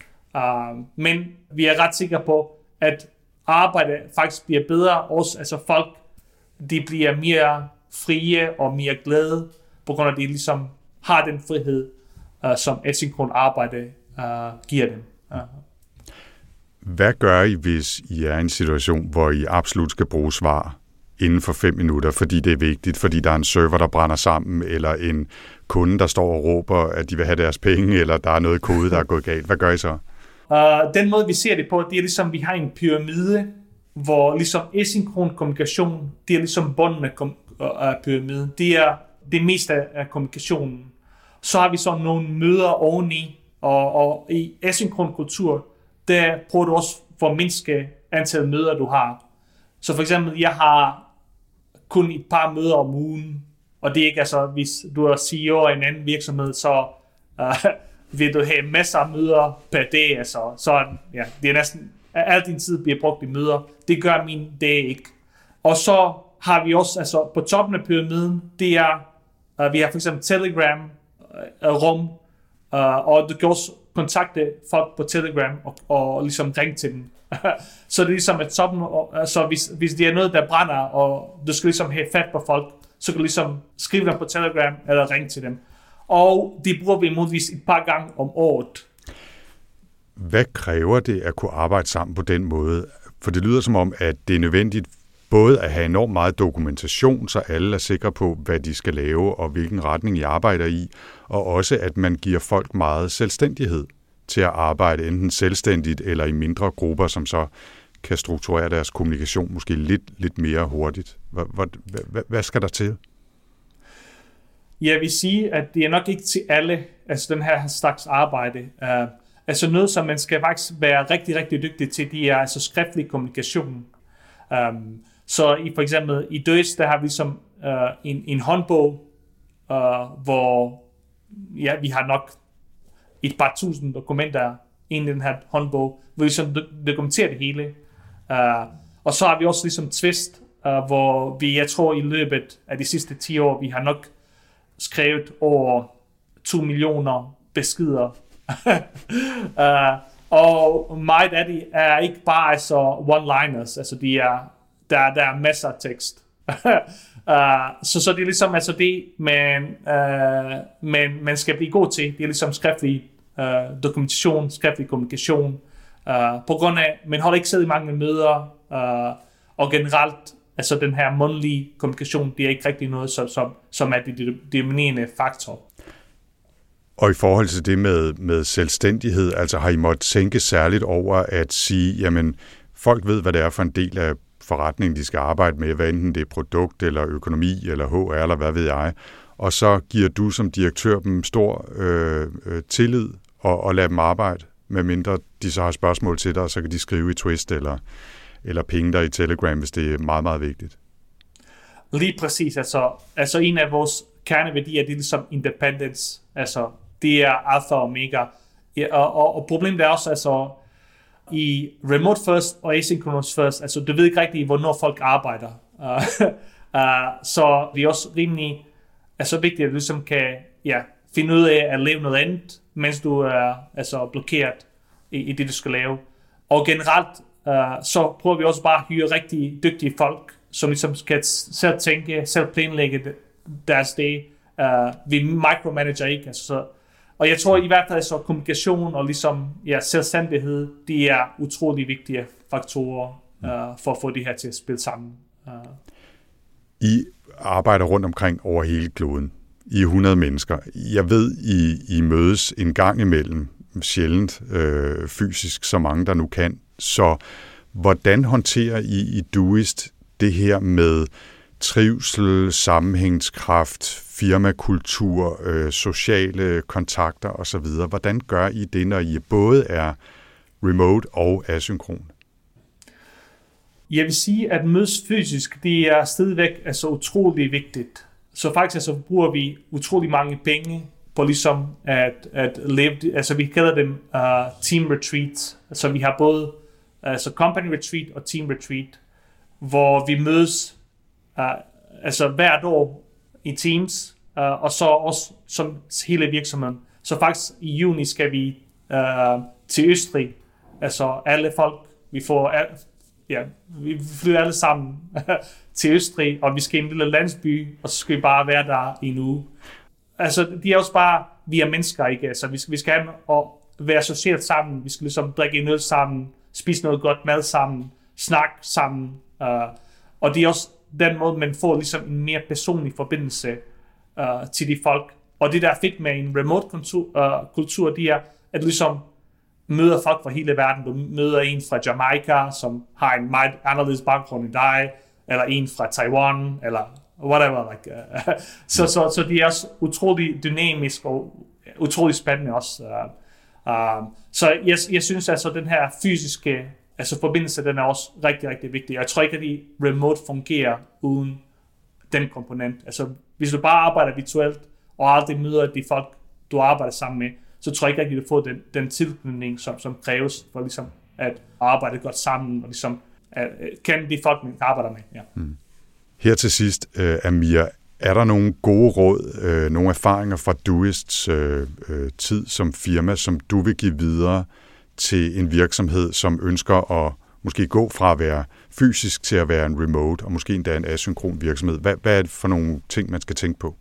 Men vi er ret sikre på, at arbejdet faktisk bliver bedre. Også, altså folk, de bliver mere frie og mere glade, på grund af, at de ligesom har den frihed, som asynkron arbejde giver dem. Hvad gør I, hvis I er i en situation, hvor I absolut skal bruge svar inden for 5 minutter, fordi det er vigtigt, fordi der er en server, der brænder sammen, eller en kunde, der står og råber, at de vil have deres penge, eller der er noget kode, der er gået galt? Hvad gør I så? Den måde, vi ser det på, det er ligesom, vi har en pyramide, hvor ligesom asynkron kommunikation, det er ligesom bunden af pyramiden. Det er det meste af kommunikationen. Så har vi så nogle møder oveni, og i asynkron kultur, der prøver du også for at mindske antal møder, du har. Så for eksempel, jeg har kun et par møder om ugen, og det er ikke altså, hvis du er CEO af en anden virksomhed, så vil du have masser af møder per dag, altså. Så ja, det er næsten, al din tid bliver brugt i møder. Det gør min dag ikke. Og så har vi også, altså på toppen af pyramiden, det er, vi har for eksempel Telegram-rum, og du kan også kontakte folk på Telegram og ligesom ringe til dem. Så det er ligesom at toppen, altså hvis det er noget, der brænder, og du skal ligesom have fat på folk, så kan du ligesom skrive dem på Telegram eller ringe til dem. Og det bruger vi muligvis et par gange om året. Hvad kræver det at kunne arbejde sammen på den måde? For det lyder som om, at det er nødvendigt både at have enormt meget dokumentation, så alle er sikre på, hvad de skal lave og hvilken retning I arbejder i, og også at man giver folk meget selvstændighed til at arbejde enten selvstændigt eller i mindre grupper, som så kan strukturere deres kommunikation måske lidt mere hurtigt. Hvad skal der til? Jeg vil sige, at det er nok ikke til alle, altså den her slags arbejde. Altså noget, som man skal faktisk være rigtig, rigtig dygtig til, det er altså skriftlig kommunikation. Så for eksempel i Doist, der har vi ligesom en håndbog, hvor vi har nok et par tusind dokumenter ind i den her håndbog, hvor vi ligesom dokumenterer det hele. Og så har vi også ligesom Twist, hvor jeg tror i løbet af de sidste 10 år, vi har nok skrevet over 2 millioner beskeder. Og meget af det er ikke bare altså one-liners, altså der er masser af tekst. Så det er ligesom altså det, man skal blive god til. Det er ligesom skriftlig dokumentation, skriftlig kommunikation. På grund af, man holder ikke siddet i mange møder, og generelt, altså den her mundtlige kommunikation, det er ikke rigtig noget, som er det dominerende faktor. Og i forhold til det med selvstændighed, altså har I måttet tænke særligt over at sige, jamen folk ved, hvad det er for en del af forretningen, de skal arbejde med, hvad enten det er produkt eller økonomi eller HR eller hvad ved jeg, og så giver du som direktør dem stor tillid og lader dem arbejde, medmindre de så har spørgsmål til dig, så kan de skrive i Twist eller pinge dig i Telegram, hvis det er meget, meget vigtigt. Lige præcis. Altså en af vores kerneværdier, det er ligesom independence. Altså det er alfa og omega. Og problemet er også, altså i remote first og asynchronous first, altså du ved ikke rigtig, hvornår folk arbejder. Så det er også rimelig vigtigt, at du ligesom kan finde ud af at lave noget andet, mens du er altså blokeret i det, du skal lave. Og generelt, så prøver vi også bare at hyre rigtig dygtige folk, som ligesom skal selv tænke, selv planlægge deres dag. Vi micromanager ikke. Altså, og jeg tror i hvert fald, så kommunikation og ligesom, selvstændighed, de er utrolig vigtige faktorer for at få det her til at spille sammen. I arbejder rundt omkring over hele kloden. I er 100 mennesker. Jeg ved, I mødes en gang imellem, sjældent fysisk, så mange der nu kan. Så hvordan håndterer I i Doist det her med trivsel, sammenhængskraft, firmakultur, sociale kontakter osv.? Hvordan gør I det, når I både er remote og asynkron? Jeg vil sige, at mødes fysisk, det er stadigvæk altså utrolig vigtigt. Så faktisk bruger vi utrolig mange penge på ligesom at leve, altså vi kalder dem team retreats. Så vi har både company retreat og team retreat, hvor vi mødes hvert år i teams, og så også som hele virksomheden. Så faktisk i juni skal vi til Østrig. Altså alle folk, vi flytter alle sammen til Østrig, og vi skal i en lille landsby, og så skal vi bare være der i en uge. Altså de er også bare, vi er mennesker, ikke? Altså vi skal have og være socialt sammen, vi skal ligesom drikke en øl sammen, spise noget godt mad sammen, snakke sammen, og det er også den måde, man får ligesom en mere personlig forbindelse til de folk. Og det der er fedt med en remote kultur, det er, at du ligesom møder folk fra hele verden. Du møder en fra Jamaica, som har en meget anderledes baggrund end dig, eller en fra Taiwan, eller whatever. Så det er også utrolig dynamisk og utrolig spændende også. Så jeg synes altså, den her fysiske forbindelse, den er også rigtig, rigtig vigtig. Jeg tror ikke, at de remote fungerer uden den komponent. Altså, hvis du bare arbejder virtuelt, og aldrig møder de folk, du arbejder sammen med, så tror jeg ikke, at du får den tilknytning, som kræves for ligesom at arbejde godt sammen, og ligesom at kende de folk, man arbejder med. Ja. Her til sidst, Amir, er der nogle gode råd, nogle erfaringer fra Doists tid som firma, som du vil give videre til en virksomhed, som ønsker at måske gå fra at være fysisk til at være en remote, og måske endda en asynkron virksomhed? Hvad er det for nogle ting, man skal tænke på?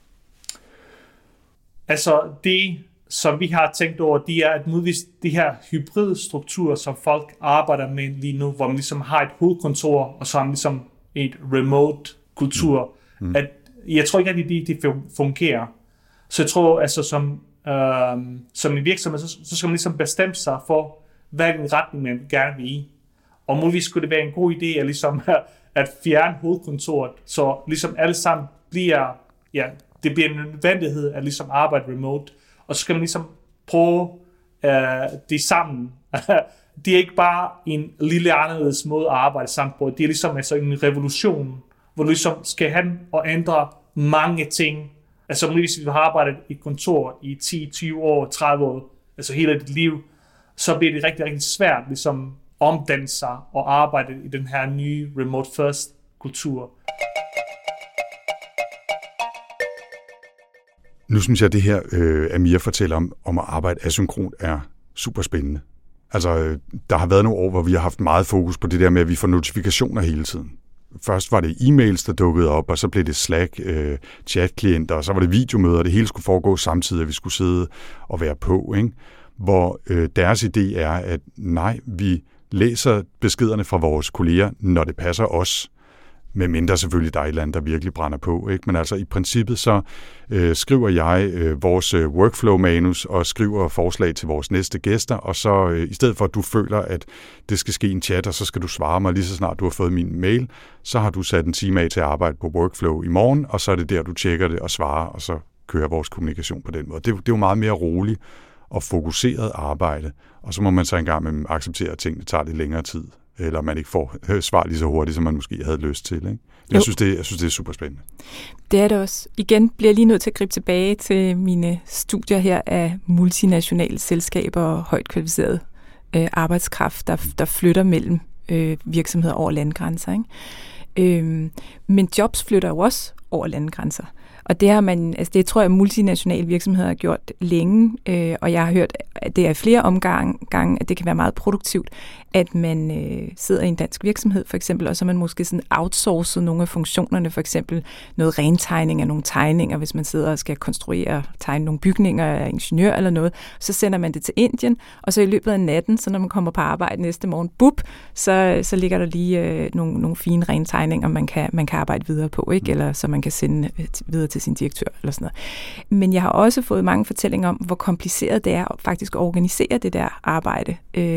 Altså det, som vi har tænkt over, det er at modvise de her hybride strukturer, som folk arbejder med lige nu, hvor man ligesom har et hovedkontor, og så har man ligesom et remote kultur. At jeg tror ikke, at det fungerer. Så jeg tror, altså som en virksomhed, så skal man ligesom bestemme sig for, hvilken retning man gerne vil i. Og muligvis skulle det være en god idé at, ligesom, at fjerne hovedkontoret, så ligesom alle sammen bliver, det bliver en nødvendighed at ligesom arbejde remote. Og så skal man ligesom prøve det sammen. Det er ikke bare en lille anderledes måde at arbejde sammen på. Det er ligesom en revolution, hvor du ligesom skal hen og ændre mange ting Altså hvis du har arbejdet i et kontor i 10, 20 år, 30 år, altså hele dit liv, så bliver det rigtig, rigtig svært ligesom omdanne sig og arbejde i den her nye remote first kultur. Nu synes jeg, at det her, Amir fortæller om at arbejde asynkront, er super spændende. Altså, der har været nogle år, hvor vi har haft meget fokus på det der med, at vi får notifikationer hele tiden. Først var det e-mails, der dukkede op, og så blev det Slack, chatklienter, og så var det videomøder, og det hele skulle foregå samtidig, at vi skulle sidde og være på, ikke? Hvor deres idé er, at nej, vi læser beskederne fra vores kolleger, når det passer os, med mindre selvfølgelig, der er et eller andet, der virkelig brænder på. Ikke? Men altså i princippet så skriver jeg vores workflow-manus og skriver forslag til vores næste gæster, og så i stedet for, at du føler, at det skal ske i en chat, og så skal du svare mig lige så snart du har fået min mail, så har du sat en time af til at arbejde på workflow i morgen, og så er det der, du tjekker det og svarer, og så kører vores kommunikation på den måde. Det er jo meget mere roligt og fokuseret arbejde, og så må man så engang med acceptere, at tingene tager lidt længere tid, eller man ikke får svar lige så hurtigt, som man måske havde lyst til. Ikke? Jeg synes, det er super spændende. Det er det også. Igen bliver jeg lige nødt til at gribe tilbage til mine studier her af multinationale selskaber og højt kvalificeret arbejdskraft, der flytter mellem virksomheder over landegrænser. Ikke? Men jobs flytter jo også over landegrænser. Og det har man, altså det tror jeg, multinationale virksomheder har gjort længe, og jeg har hørt, at det er flere omgange, at det kan være meget produktivt, at man sidder i en dansk virksomhed for eksempel, og så man måske sådan outsourcet nogle af funktionerne, for eksempel noget rentegning af nogle tegninger, hvis man sidder og skal tegne nogle bygninger af ingeniør eller noget, så sender man det til Indien, og så i løbet af natten, så når man kommer på arbejde næste morgen, så ligger der lige nogle fine rentegninger, man kan arbejde videre på, ikke? Eller så man kan sende videre til sin direktør eller sådan noget. Men jeg har også fået mange fortællinger om, hvor kompliceret det er at faktisk organisere det der arbejde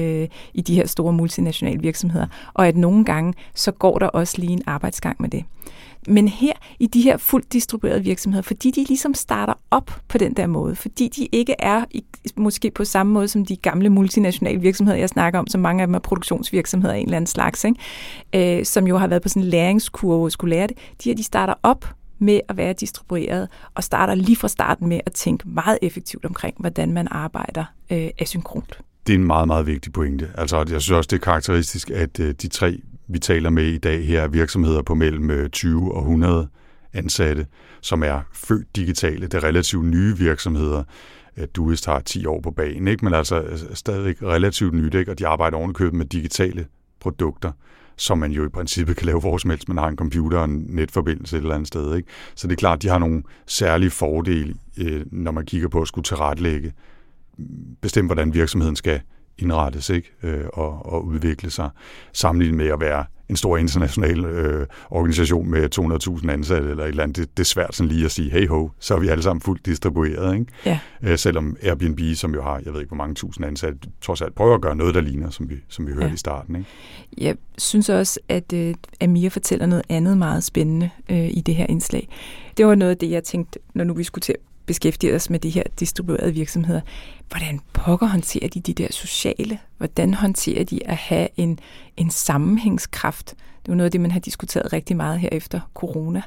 i de her store multinationale virksomheder, og at nogle gange, så går der også lige en arbejdsgang med det. Men her i de her fuldt distribuerede virksomheder, fordi de ligesom starter op på den der måde, fordi de ikke er måske på samme måde som de gamle multinationale virksomheder, jeg snakker om, som mange af dem er produktionsvirksomheder af en eller anden slags, ikke? Som jo har været på sådan en læringskurve og skulle lære det, de starter op med at være distribueret, og starter lige fra starten med at tænke meget effektivt omkring, hvordan man arbejder asynkront. Det er en meget, meget vigtig pointe. Altså, jeg synes også, det er karakteristisk, at de tre, vi taler med i dag her, er virksomheder på mellem 20 og 100 ansatte, som er født digitale. Det er relativt nye virksomheder. Doist har 10 år på bagen, ikke? Men altså stadig relativt nyt, ikke? Og de arbejder ovenikøbet med digitale produkter, som man jo i princippet kan lave hvor som helst. Man har en computer og en netforbindelse et eller andet sted. Ikke? Så det er klart, at de har nogle særlige fordele, når man kigger på at skulle tilrettelægge, bestemme, hvordan virksomheden skal indrettes, ikke? Og udvikle sig, sammenlignet med at være en stor international organisation med 200.000 ansatte eller et eller andet. Det er svært sådan lige at sige, hey ho, så er vi alle sammen fuldt distribueret. Ikke? Ja. Selvom Airbnb, som jo har, jeg ved ikke hvor mange tusind ansatte, trods alt prøver at gøre noget, der ligner, som vi hørte i starten. Ikke? Jeg synes også, at Amir fortæller noget andet meget spændende i det her indslag. Det var noget af det, jeg tænkte, når nu vi skulle til at beskæftige os med de her distribuerede virksomheder. Hvordan pokker håndterer de der sociale? Hvordan håndterer de at have en sammenhængskraft? Det er jo noget af det, man har diskuteret rigtig meget her efter corona.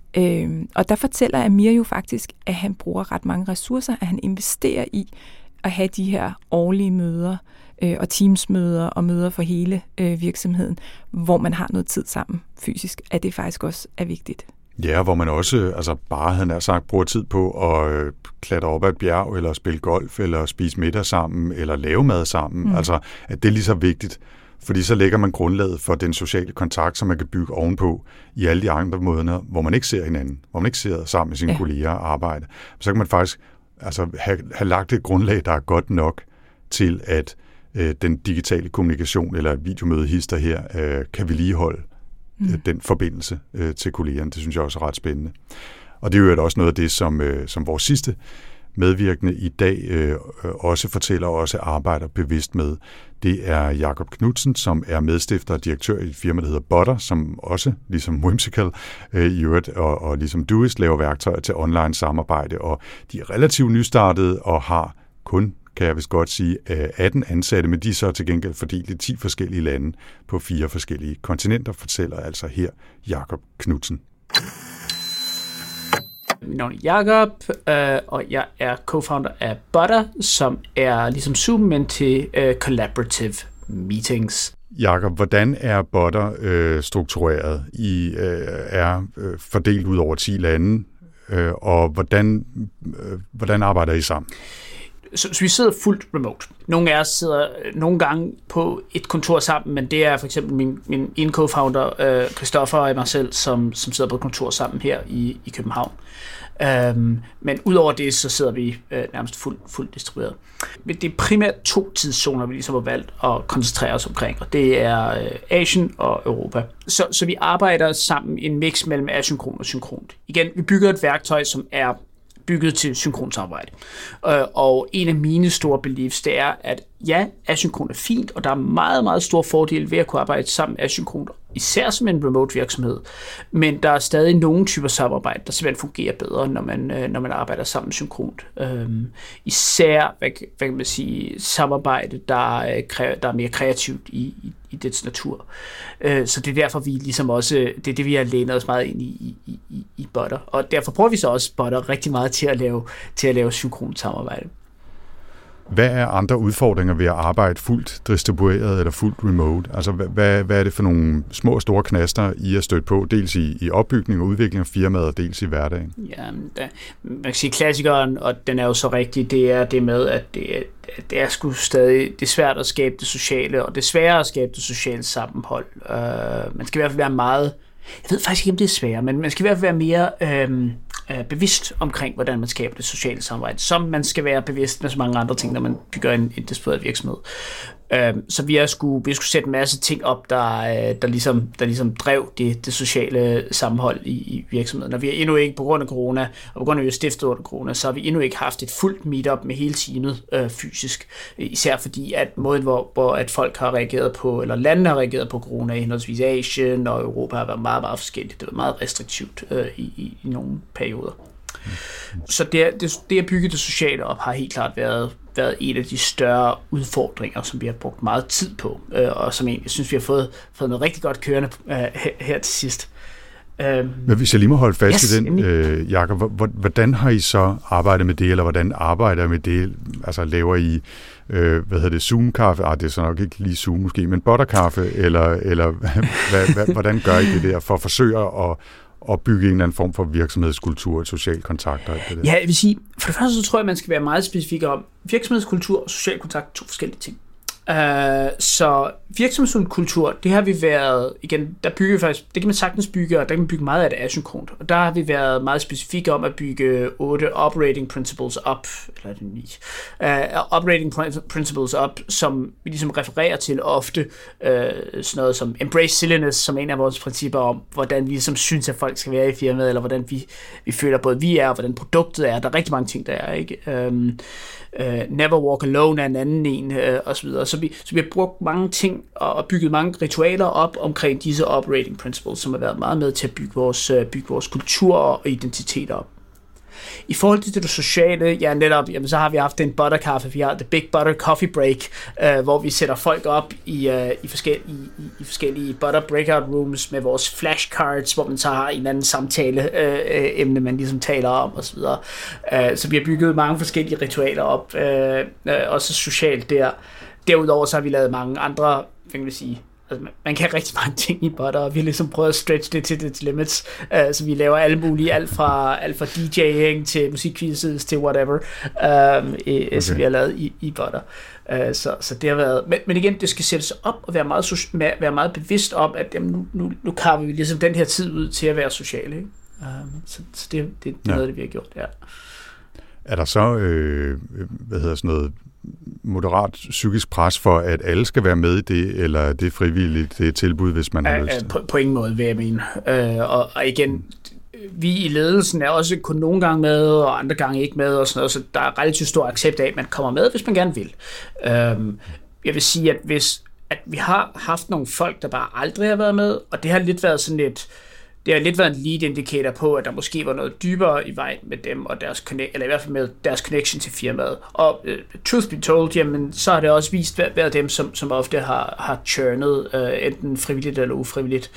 Og der fortæller Amir jo faktisk, at han bruger ret mange ressourcer, at han investerer i at have de her årlige møder og teamsmøder og møder for hele virksomheden, hvor man har noget tid sammen fysisk, at det faktisk også er vigtigt. Ja, hvor man også bare havde nær sagt bruger tid på at klatre op ad et bjerg, eller spille golf, eller spise middag sammen, eller lave mad sammen. Altså, at det er lige så vigtigt, fordi så lægger man grundlaget for den sociale kontakt, som man kan bygge ovenpå i alle de andre måder, hvor man ikke ser hinanden, hvor man ikke sidder sammen med sine kolleger og arbejder. Så kan man faktisk have lagt et grundlag, der er godt nok til, at den digitale kommunikation eller et videomødehister her kan vedligeholde den forbindelse til kollegerne. Det synes jeg også er ret spændende. Og det er jo også noget af det, som vores sidste medvirkende i dag også fortæller og også arbejder bevidst med. Det er Jakob Knudsen, som er medstifter og direktør i et firma, der hedder Butter, som også, ligesom Whimsical i øvrigt, og ligesom Doist, laver værktøjer til online samarbejde. Og de er relativt nystartede og har kun, kan jeg vist godt sige, 18 ansatte, men de er så til gengæld fordelt i 10 forskellige lande på 4 forskellige kontinenter, fortæller altså her Jakob Knudsen. Mit navn er Jakob, og jeg er co-founder af Butter, som er ligesom Zoom, men til collaborative meetings. Jakob, hvordan er Butter struktureret? I er fordelt ud over 10 lande, og hvordan arbejder I sammen? Så vi sidder fuldt remote. Nogle af os sidder nogle gange på et kontor sammen, men det er for eksempel min ene co-founder, Christoffer, og mig selv, som sidder på et kontor sammen her i København. Men udover det, så sidder vi nærmest fuldt distribueret. Men det er primært 2 tidszoner, vi ligesom har valgt at koncentrere os omkring, og det er Asien og Europa. Så vi arbejder sammen i en mix mellem asynkron og synkront. Igen, vi bygger et værktøj, som er bygget til synkront samarbejde. Og en af mine store beliefs, det er, at ja, asynkron er fint, og der er meget, meget stor fordel ved at kunne arbejde sammen asynkront, især som en remote virksomhed. Men der er stadig nogle typer samarbejde, der simpelthen fungerer bedre, når man arbejder sammen synkront. Især, hvad kan man sige, samarbejde, der er mere kreativt i dets natur. Så det er derfor, vi ligesom også, det er det, vi har lænet os meget ind i Butter. Og derfor prøver vi så også Butter rigtig meget til at lave synkront samarbejde. Hvad er andre udfordringer ved at arbejde fuldt distribueret eller fuldt remote? Altså, hvad er det for nogle små og store knaster, I er stødt på, dels i opbygning og udvikling af firmaet, og dels i hverdagen? Ja, man kan sige klassikeren, og den er jo så rigtig, det er det med, at det er sgu stadig, det er svært at skabe det sociale, og det er sværere at skabe det sociale sammenhold. Man skal i hvert fald være meget, jeg ved faktisk ikke, om det er sværere, men man skal i hvert fald være mere bevidst omkring, hvordan man skaber det sociale samarbejde, som man skal være bevidst med så mange andre ting, når man bygger en distribueret virksomhed. Så vi skulle sætte en masse ting op, der ligesom drev det sociale sammenhold i virksomheden. Og vi har endnu ikke, på grund af corona, og på grund af, at vi har stiftet under corona, så har vi endnu ikke haft et fuldt meetup med hele teamet fysisk. Især fordi, at måden, hvor at folk har reageret på, eller landene har reageret på corona, henholdsvis Asien og Europa, har været meget, meget forskelligt. Det var meget restriktivt i nogle perioder. Så det at bygge det sociale op har helt klart været en af de større udfordringer, som vi har brugt meget tid på, og som jeg synes, vi har fået noget rigtig godt kørende her til sidst. Men hvis jeg lige må holde fast i den, Jakob, hvordan har I så arbejdet med det, eller hvordan arbejder I med det? Altså laver I, Zoom-kaffe? Det er så nok ikke lige Zoom måske, men butterkaffe, eller hvordan gør I det der for at forsøge at bygge en eller anden form for virksomhedskultur, social kontakt og alt det der? Ja, jeg vil sige, for det første så tror jeg, man skal være meget specifik om virksomhedskultur og social kontakt, 2 forskellige ting. Så virksomhedskultur, det har vi været, igen, der bygger vi faktisk, det kan man sagtens bygge, og der kan man bygge meget af det asynkront. Og der har vi været meget specifikke om at bygge 8 operating principles op, eller det 9, operating principles op, som vi ligesom refererer til ofte, sådan noget som embrace silliness, som en af vores principper om, hvordan vi ligesom synes, at folk skal være i firmaet, eller hvordan vi føler både vi er, og hvordan produktet er. Der er rigtig mange ting, der er, ikke? Never walk alone er en anden en, og så videre. Så vi har brugt mange ting og bygget mange ritualer op omkring disse operating principles, som har været meget med til at bygge vores kultur og identitet op. I forhold til det sociale, ja netop, jamen, så har vi haft en butterkaffe, vi har The Big Butter Coffee Break, hvor vi sætter folk op i forskellige butter breakout rooms med vores flashcards, hvor man så har en anden samtale-emne, man ligesom taler om osv. Så vi har bygget mange forskellige ritualer op, også socialt der. Derudover så har vi lavet mange andre, kan man sige, altså, man kan rigtig mange ting i Butter, og vi har ligesom prøvet at stretch det til dets limits, så vi laver alle mulige, alt fra DJ'ing til musikquizzes til whatever, som vi har lavet i Butter. Så det har været, men igen, det skal sættes op og være meget bevidst om, at jamen, nu karver vi ligesom den her tid ud til at være sociale, ikke? Så det er noget, det vi har gjort, ja. Er der så, noget moderat psykisk pres for, at alle skal være med i det, eller er det frivilligt, det er tilbud, hvis man har lyst? På ingen måde, vil jeg mene. Og igen, vi i ledelsen er også kun nogle gange med, og andre gange ikke med, og sådan noget, så der er relativt stor accept af, at man kommer med, hvis man gerne vil. Jeg vil sige, at vi har haft nogle folk, der bare aldrig har været med, og det har lidt været sådan et, det har lidt været en lead indicator på, at der måske var noget dybere i vejen med dem, og deres eller i hvert fald med deres connection til firmaet. Og truth be told, jamen, så har det også vist været dem, som ofte har churnet, enten frivilligt eller ufrivilligt,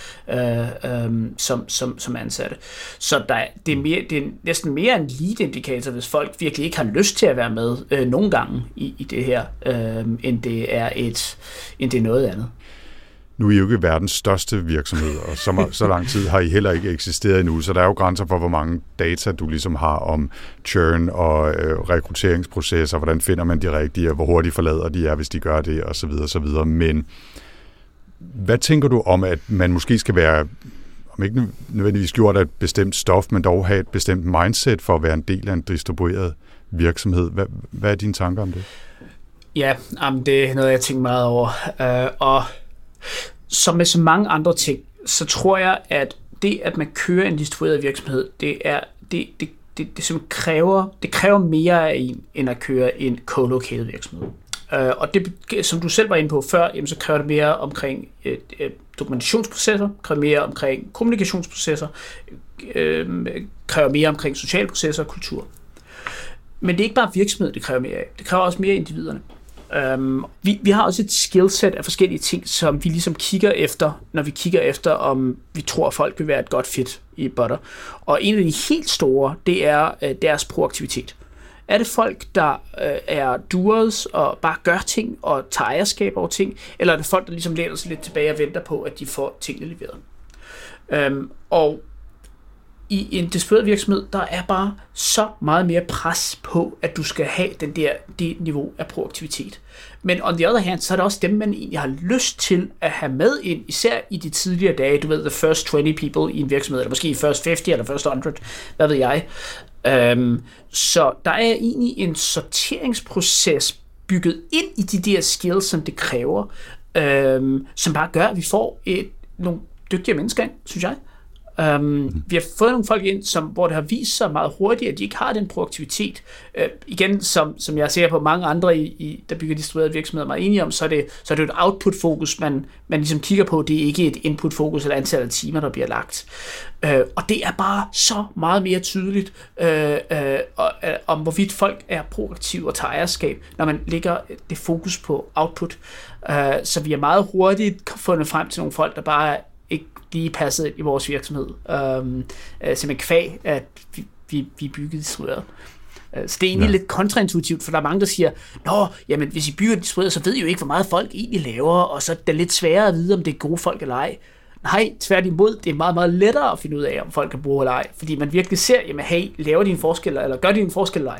som ansatte. Så det er næsten mere en lead indicator, hvis folk virkelig ikke har lyst til at være med nogle gange i det her, end det er noget andet. Nu er I jo ikke verdens største virksomhed, og så lang tid har I heller ikke eksisteret endnu, så der er jo grænser for, hvor mange data du ligesom har om churn og rekrutteringsprocesser, hvordan finder man de rigtige, og hvor hurtigt forlader de er, hvis de gør det, osv. osv. Men hvad tænker du om, at man måske skal være, om ikke nødvendigvis gjort af et bestemt stof, men dog have et bestemt mindset for at være en del af en distribueret virksomhed? Hvad er dine tanker om det? Ja, det er noget, jeg tænker meget over. Og som med så mange andre ting, så tror jeg, at det, at man kører en distribueret virksomhed, det kræver mere af en, end at køre en co-located virksomhed. Og det, som du selv var inde på før, jamen, så kræver det mere omkring dokumentationsprocesser, kræver mere omkring kommunikationsprocesser, kræver mere omkring sociale processer og kultur. Men det er ikke bare virksomhed, det kræver mere af. Det kræver også mere af individerne. Vi har også et skillset af forskellige ting, som vi ligesom kigger efter, når vi kigger efter, om vi tror, at folk vil være et godt fit i Butter. Og en af de helt store, det er deres proaktivitet. Er det folk, der er doers og bare gør ting og tager ejerskab over ting, eller er det folk, der ligesom læner sig lidt tilbage og venter på, at de får tingene leveret? Og i en distribueret virksomhed, der er bare så meget mere pres på, at du skal have det niveau af proaktivitet. Men on the other hand, så er det også dem, man egentlig har lyst til at have med ind, især i de tidligere dage, du ved, the first 20 people i en virksomhed, eller måske first 50 eller first 100, hvad ved jeg. Så der er egentlig en sorteringsproces bygget ind i de der skills, som det kræver, som bare gør, at vi får nogle dygtige mennesker ind, synes jeg. Vi har fået nogle folk ind, hvor det har vist sig meget hurtigt, at de ikke har den proaktivitet. Igen, som jeg ser på mange andre, der bygger distribuerede virksomheder, meget enige om, så er det et output-fokus, man ligesom kigger på. Det er ikke et input-fokus eller antal af timer, der bliver lagt. Og det er bare så meget mere tydeligt, om hvorvidt folk er proaktive og tager ejerskab, når man lægger det fokus på output. Så vi er meget hurtigt fundet frem til nogle folk, der bare ikke lige passet i vores virksomhed. Simpelthen kvæg, at vi bygger distribueret. Så det er egentlig lidt kontraintuitivt, for der er mange, der siger, jamen hvis I bygger distribueret, så ved I jo ikke, hvor meget folk egentlig laver, og så er det lidt sværere at vide, om det er gode folk eller ej. Nej, tværtimod, det er meget, meget lettere at finde ud af, om folk kan bruge eller ej, fordi man virkelig ser, jamen hey, laver de en forskel, eller gør de en forskel eller ej?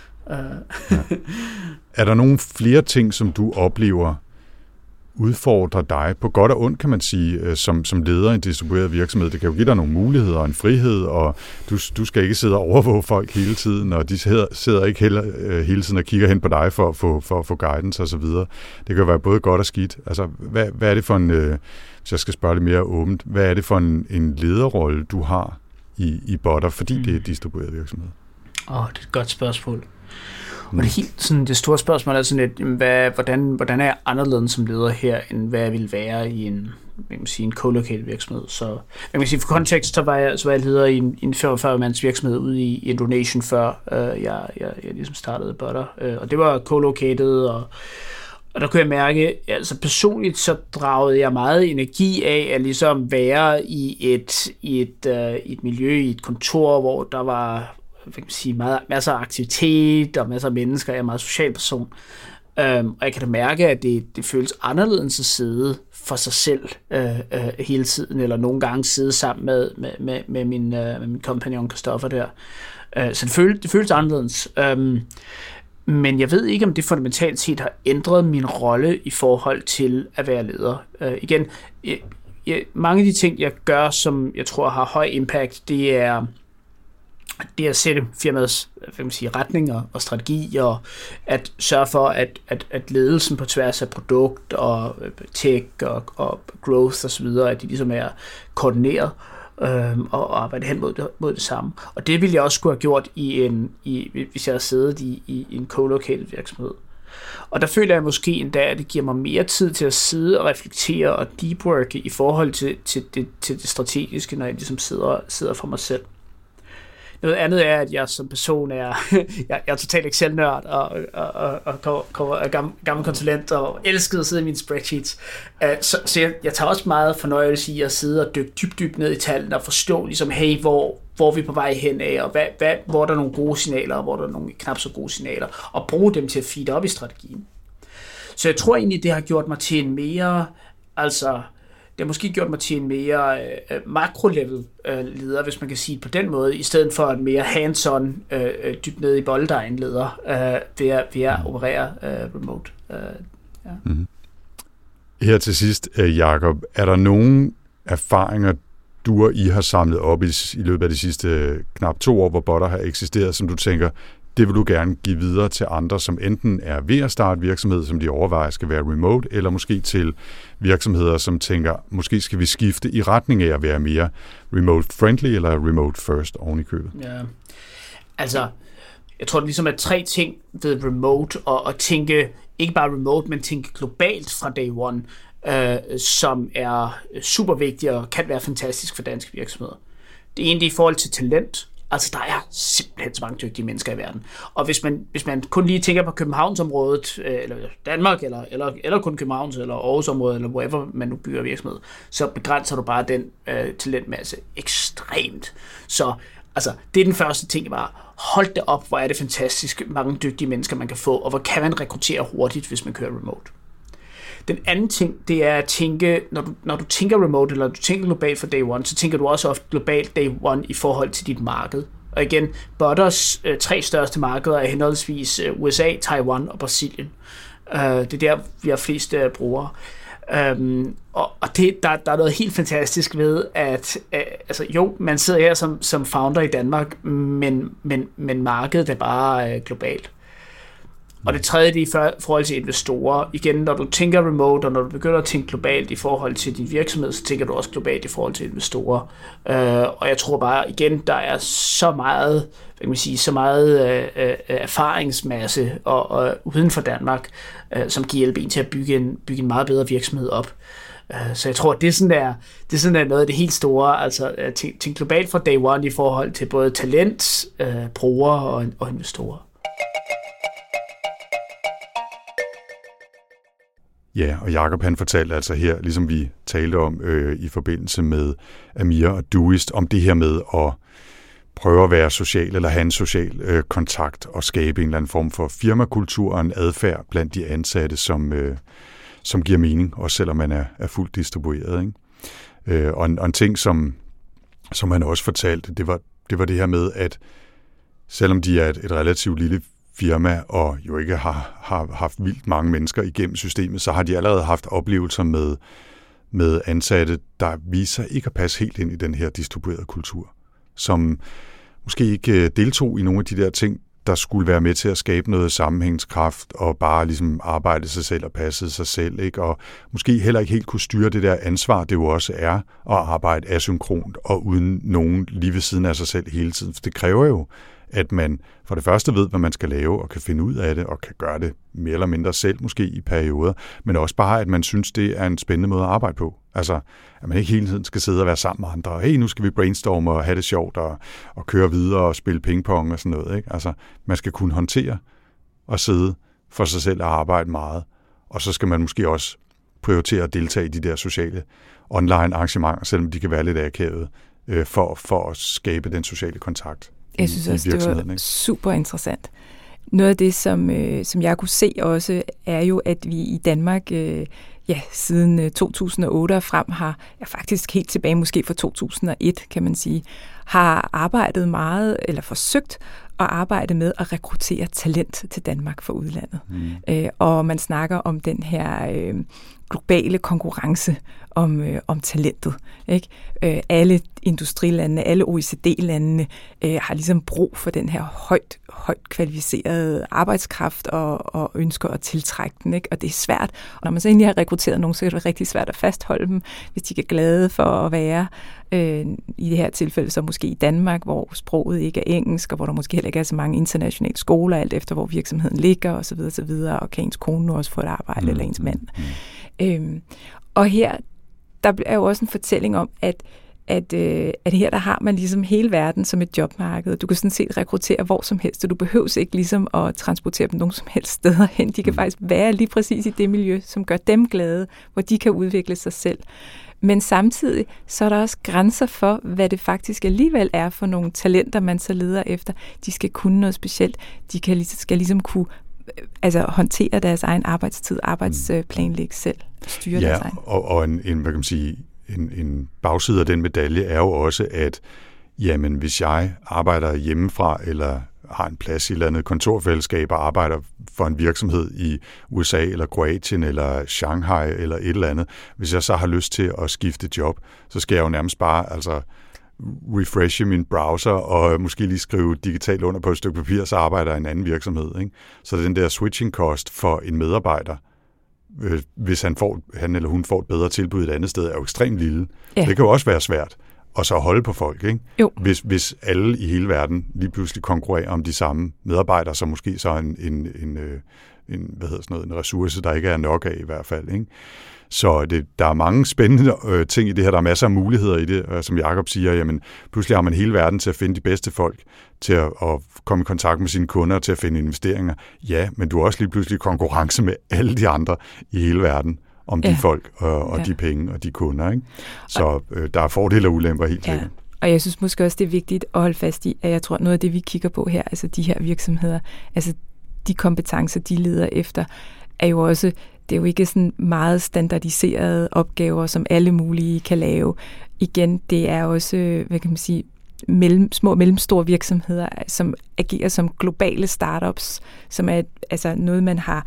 Er der nogle flere ting, som du oplever udfordrer dig på godt og ondt, kan man sige, som leder i en distribueret virksomhed? Det kan jo give dig nogle muligheder og en frihed, og du skal ikke sidde og overvåge folk hele tiden, og de sidder ikke hele tiden og kigger hen på dig for at få guidance og så videre. Det kan være både godt og skidt. Altså, hvad er det for en, hvis jeg skal spørge lidt mere åbent, hvad er det for en lederrolle, du har i Butter, fordi det er et distribueret virksomhed? Det er et godt spørgsmål. Og det store spørgsmål er sådan lidt, hvordan er jeg anderledes som leder her, end hvad jeg ville være i en co-located virksomhed. Så jeg kan sige, for kontekst, så var jeg leder i en 45-mands virksomhed ude i Indonesien, før jeg ligesom startede Butter. Og det var co-located, og der kunne jeg mærke, altså personligt så dragede jeg meget energi af at ligesom være i et miljø, i et kontor, hvor der var masser af aktivitet og masser af mennesker. Jeg er en meget social person. Og jeg kan da mærke, at det føles anderledes at sidde for sig selv hele tiden, eller nogle gange sidde sammen med min kompagnon Christoffer der. Så det føles anderledes. Men jeg ved ikke, om det fundamentalt set har ændret min rolle i forhold til at være leder. Igen, mange af de ting, jeg gør, som jeg tror har høj impact, det er at sætte firmaets retning og strategi, og at sørge for, at ledelsen på tværs af produkt og tech og growth osv., at de ligesom er koordineret og arbejde hen mod det samme. Og det ville jeg også skulle have gjort hvis jeg havde siddet i en co-located virksomhed. Og der føler jeg måske endda, at det giver mig mere tid til at sidde og reflektere og deepworke i forhold til det strategiske, når jeg ligesom sidder for mig selv. Noget andet er, at jeg som person jeg er totalt Excel-nørd og gammel konsulent og elskede at sidde i mine spreadsheets. Så jeg tager også meget fornøjelse i at sidde og dykke dybt ned i tallene og forstå, ligesom, hey, hvor er vi på vej hen af, og hvor er der nogle gode signaler, og hvor er der nogle knap så gode signaler, og bruge dem til at feede op i strategien. Så jeg tror egentlig, det har gjort mig til en mere, det har måske gjort mig til en mere makro-level leder, hvis man kan sige det på den måde, i stedet for en mere hands-on, dybt ned i bolddejen leder, ved at operere remote. Ja. Mm-hmm. Her til sidst, Jakob, er der nogle erfaringer, du og I har samlet op i løbet af de sidste knap 2 år, hvor Butter har eksisteret, som du tænker, det vil du gerne give videre til andre, som enten er ved at starte virksomhed, som de overvejer skal være remote, eller måske til virksomheder, som tænker, måske skal vi skifte i retning af at være mere remote-friendly eller remote-first oven i købet. Ja, jeg tror, det ligesom er 3 ting ved remote, og tænke, ikke bare remote, men tænke globalt fra day one, som er super vigtigt og kan være fantastisk for danske virksomheder. Det ene er i forhold til talent. Der er simpelthen så mange dygtige mennesker i verden. Og hvis man kun lige tænker på Københavnsområdet, eller Danmark, eller kun Københavns, eller Aarhusområdet, eller wherever man nu bygger virksomhed, så begrænser du bare den talentmasse ekstremt. Så det er den første ting, bare hold det op, hvor er det fantastisk mange dygtige mennesker, man kan få, og hvor kan man rekruttere hurtigt, hvis man kører remote. Den anden ting, det er at tænke, når du tænker remote, eller du tænker globalt for day one, så tænker du også ofte globalt day one i forhold til dit marked. Og igen, Butters 3 største markeder er henholdsvis USA, Taiwan og Brasilien. Det er der, vi har flest brugere. Og der er noget helt fantastisk ved, at man sidder her som founder i Danmark, men markedet er bare globalt. Og det tredje, det er i forhold til investorer. Igen, når du tænker remote, og når du begynder at tænke globalt i forhold til din virksomhed, så tænker du også globalt i forhold til investorer. Og jeg tror bare, igen, der er så meget, erfaringsmasse og uden for Danmark, som kan hjælpe en til at bygge en meget bedre virksomhed op. Så jeg tror, det er sådan noget af det helt store, tænke globalt fra day one i forhold til både talent, brugere og investorer. Ja, og Jakob han fortalte altså her, ligesom vi talte om i forbindelse med Amir og Doist, om det her med at prøve at være social eller have en social kontakt og skabe en eller anden form for firmakultur og en adfærd blandt de ansatte, som giver mening, også selvom man er fuldt distribueret. Ikke? Og en ting, som han også fortalte, det var det her med, at selvom de er et relativt lille firma, og jo ikke har haft vildt mange mennesker igennem systemet, så har de allerede haft oplevelser med ansatte, der viser ikke at passe helt ind i den her distribuerede kultur, som måske ikke deltog i nogle af de der ting, der skulle være med til at skabe noget sammenhængskraft og bare ligesom arbejde sig selv og passe sig selv, ikke? Og måske heller ikke helt kunne styre det der ansvar, det jo også er at arbejde asynkront og uden nogen lige ved siden af sig selv hele tiden. For det kræver jo, at man for det første ved, hvad man skal lave, og kan finde ud af det, og kan gøre det mere eller mindre selv, måske i perioder, men også bare, at man synes, det er en spændende måde at arbejde på. Altså, at man ikke hele tiden skal sidde og være sammen med andre, og hey, nu skal vi brainstorme og have det sjovt, og køre videre og spille pingpong og sådan noget, ikke? Altså, man skal kunne håndtere og sidde for sig selv og arbejde meget, og så skal man måske også prioritere at deltage i de der sociale online arrangementer, selvom de kan være lidt akavede, for at skabe den sociale kontakt. Jeg synes også, det var super interessant. Noget af det, som jeg kunne se også, er jo, at vi i Danmark siden 2008 og frem har, faktisk helt tilbage måske fra 2001, kan man sige, har arbejdet meget, eller forsøgt at arbejde med at rekruttere talent til Danmark fra udlandet. Og man snakker om den her globale konkurrence om talentet. Ikke? Alle industrilandene, alle OECD-landene har ligesom brug for den her højt kvalificerede arbejdskraft og ønsker at tiltrække den. Ikke? Og det er svært. Og når man så egentlig har rekrutteret nogen, så er det rigtig svært at fastholde dem, hvis de er glade for at være i det her tilfælde, så måske i Danmark, hvor sproget ikke er engelsk, og hvor der måske heller ikke er så mange internationale skoler, alt efter hvor virksomheden ligger, osv. Og kan ens kone nu også få et arbejde, eller ens mand. Og her, der er jo også en fortælling om, at her der har man ligesom hele verden som et jobmarked. Du kan sådan set rekruttere hvor som helst, og du behøver ikke ligesom at transportere dem nogen som helst steder hen. De kan faktisk være lige præcis i det miljø, som gør dem glade, hvor de kan udvikle sig selv. Men samtidig så er der også grænser for, hvad det faktisk alligevel er for nogle talenter, man så leder efter. De skal kunne noget specielt. De skal ligesom kunne håndtere deres egen arbejdstid, arbejdsplanlægge selv, styre deres egen. Og hvad kan man sige, en bagside af den medalje er jo også, at jamen, hvis jeg arbejder hjemmefra, eller har en plads i et eller andet kontorfællesskab og arbejder for en virksomhed i USA, eller Kroatien, eller Shanghai, eller et eller andet, hvis jeg så har lyst til at skifte job, så skal jeg jo nærmest bare refreshe min browser, og måske lige skrive digitalt under på et stykke papir, så arbejder jeg i en anden virksomhed. Ikke? Så den der switching cost for en medarbejder, hvis han eller hun får et bedre tilbud et andet sted, er jo ekstremt lille. Ja. Det kan jo også være svært at så holde på folk, ikke? Hvis alle i hele verden lige pludselig konkurrerer om de samme medarbejdere, så måske så en ressource, der ikke er nok af i hvert fald, ikke? Så der er mange spændende ting i det her. Der er masser af muligheder i det. Som Jakob siger, jamen, pludselig har man hele verden til at finde de bedste folk, til at komme i kontakt med sine kunder, til at finde investeringer. Ja, men du er også lige pludselig i konkurrence med alle de andre i hele verden om de folk og de penge og de kunder. Ikke? Så der er fordele og ulemper helt sikkert. Og jeg synes måske også, det er vigtigt at holde fast i, at jeg tror, noget af det, vi kigger på her, altså de her virksomheder, altså de kompetencer, de leder efter, er jo også, det er jo ikke sådan meget standardiserede opgaver, som alle mulige kan lave. Igen, det er også, hvad kan man sige, små og mellemstore virksomheder, som agerer som globale startups, som er noget, man har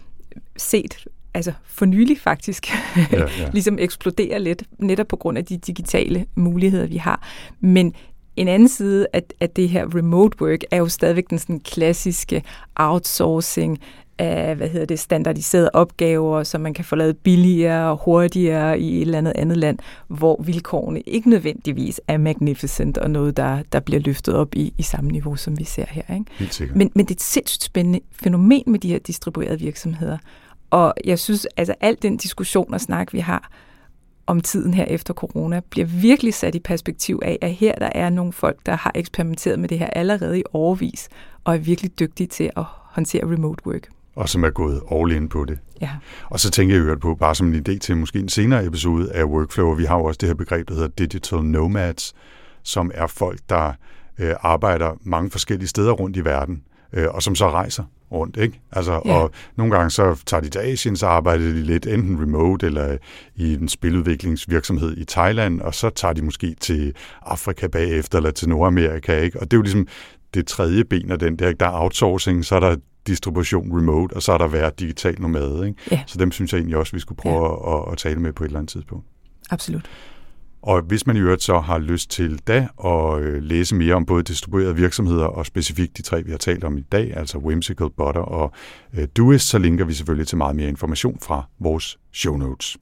set for nylig faktisk, ligesom eksploderer lidt, netop på grund af de digitale muligheder, vi har. Men en anden side af det her remote work er jo stadigvæk den sådan klassiske outsourcing af, standardiserede opgaver, som man kan få lavet billigere og hurtigere i et eller andet land, hvor vilkårene ikke nødvendigvis er magnificent og noget, der bliver løftet op i samme niveau, som vi ser her. Ikke? Helt sikkert. Men det er et sindssygt spændende fænomen med de her distribuerede virksomheder. Og jeg synes, al den diskussion og snak, vi har om tiden her efter corona, bliver virkelig sat i perspektiv af, at her der er nogle folk, der har eksperimenteret med det her allerede i årevis, og er virkelig dygtige til at håndtere remote work. Og som er gået all in på det. Ja. Og så tænker jeg på, bare som en idé til måske en senere episode af Workflow, vi har jo også det her begreb, der hedder digital nomads, som er folk, der arbejder mange forskellige steder rundt i verden, og som så rejser rundt, ikke? Og nogle gange så tager de til Asien, så arbejder de lidt enten remote eller i en spiludviklingsvirksomhed i Thailand, og så tager de måske til Afrika bagefter eller til Nordamerika, ikke? Og det er jo ligesom det tredje ben af den der, ikke? Der er outsourcing, så er der distribution remote, og så er der været digital nomade, ikke? Ja. Så dem synes jeg egentlig også, vi skulle prøve at tale med på et eller andet tidspunkt. Absolut. Og hvis man i øvrigt så har lyst til da at læse mere om både distribuerede virksomheder og specifikt de tre, vi har talt om i dag, altså Whimsical, Butter og Doist, så linker vi selvfølgelig til meget mere information fra vores show notes.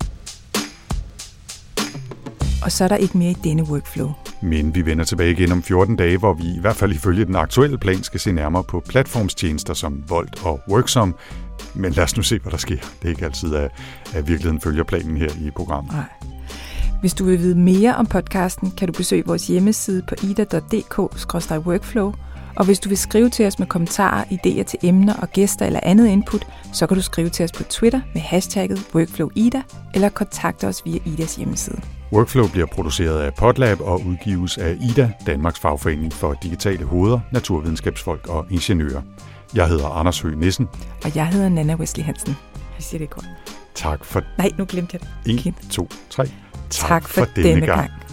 Og så er der ikke mere i denne Workflow. Men vi vender tilbage igen om 14 dage, hvor vi i hvert fald ifølge den aktuelle plan skal se nærmere på platformstjenester som Volt og Worksom. Men lad os nu se, hvad der sker. Det er ikke altid, at virkeligheden følger planen her i programmet. Nej. Hvis du vil vide mere om podcasten, kan du besøge vores hjemmeside på ida.dk/workflow. Og hvis du vil skrive til os med kommentarer, idéer til emner og gæster eller andet input, så kan du skrive til os på Twitter med hashtagget WorkflowIda eller kontakte os via Idas hjemmeside. Workflow bliver produceret af Podlab og udgives af Ida, Danmarks fagforening for digitale hoveder, naturvidenskabsfolk og ingeniører. Jeg hedder Anders Høgh Nissen. Og jeg hedder Nanna Wesley Hansen. Jeg siger det godt. Tak for... Nej, nu glemte jeg det. 1, 2, 3. Tak for denne gang.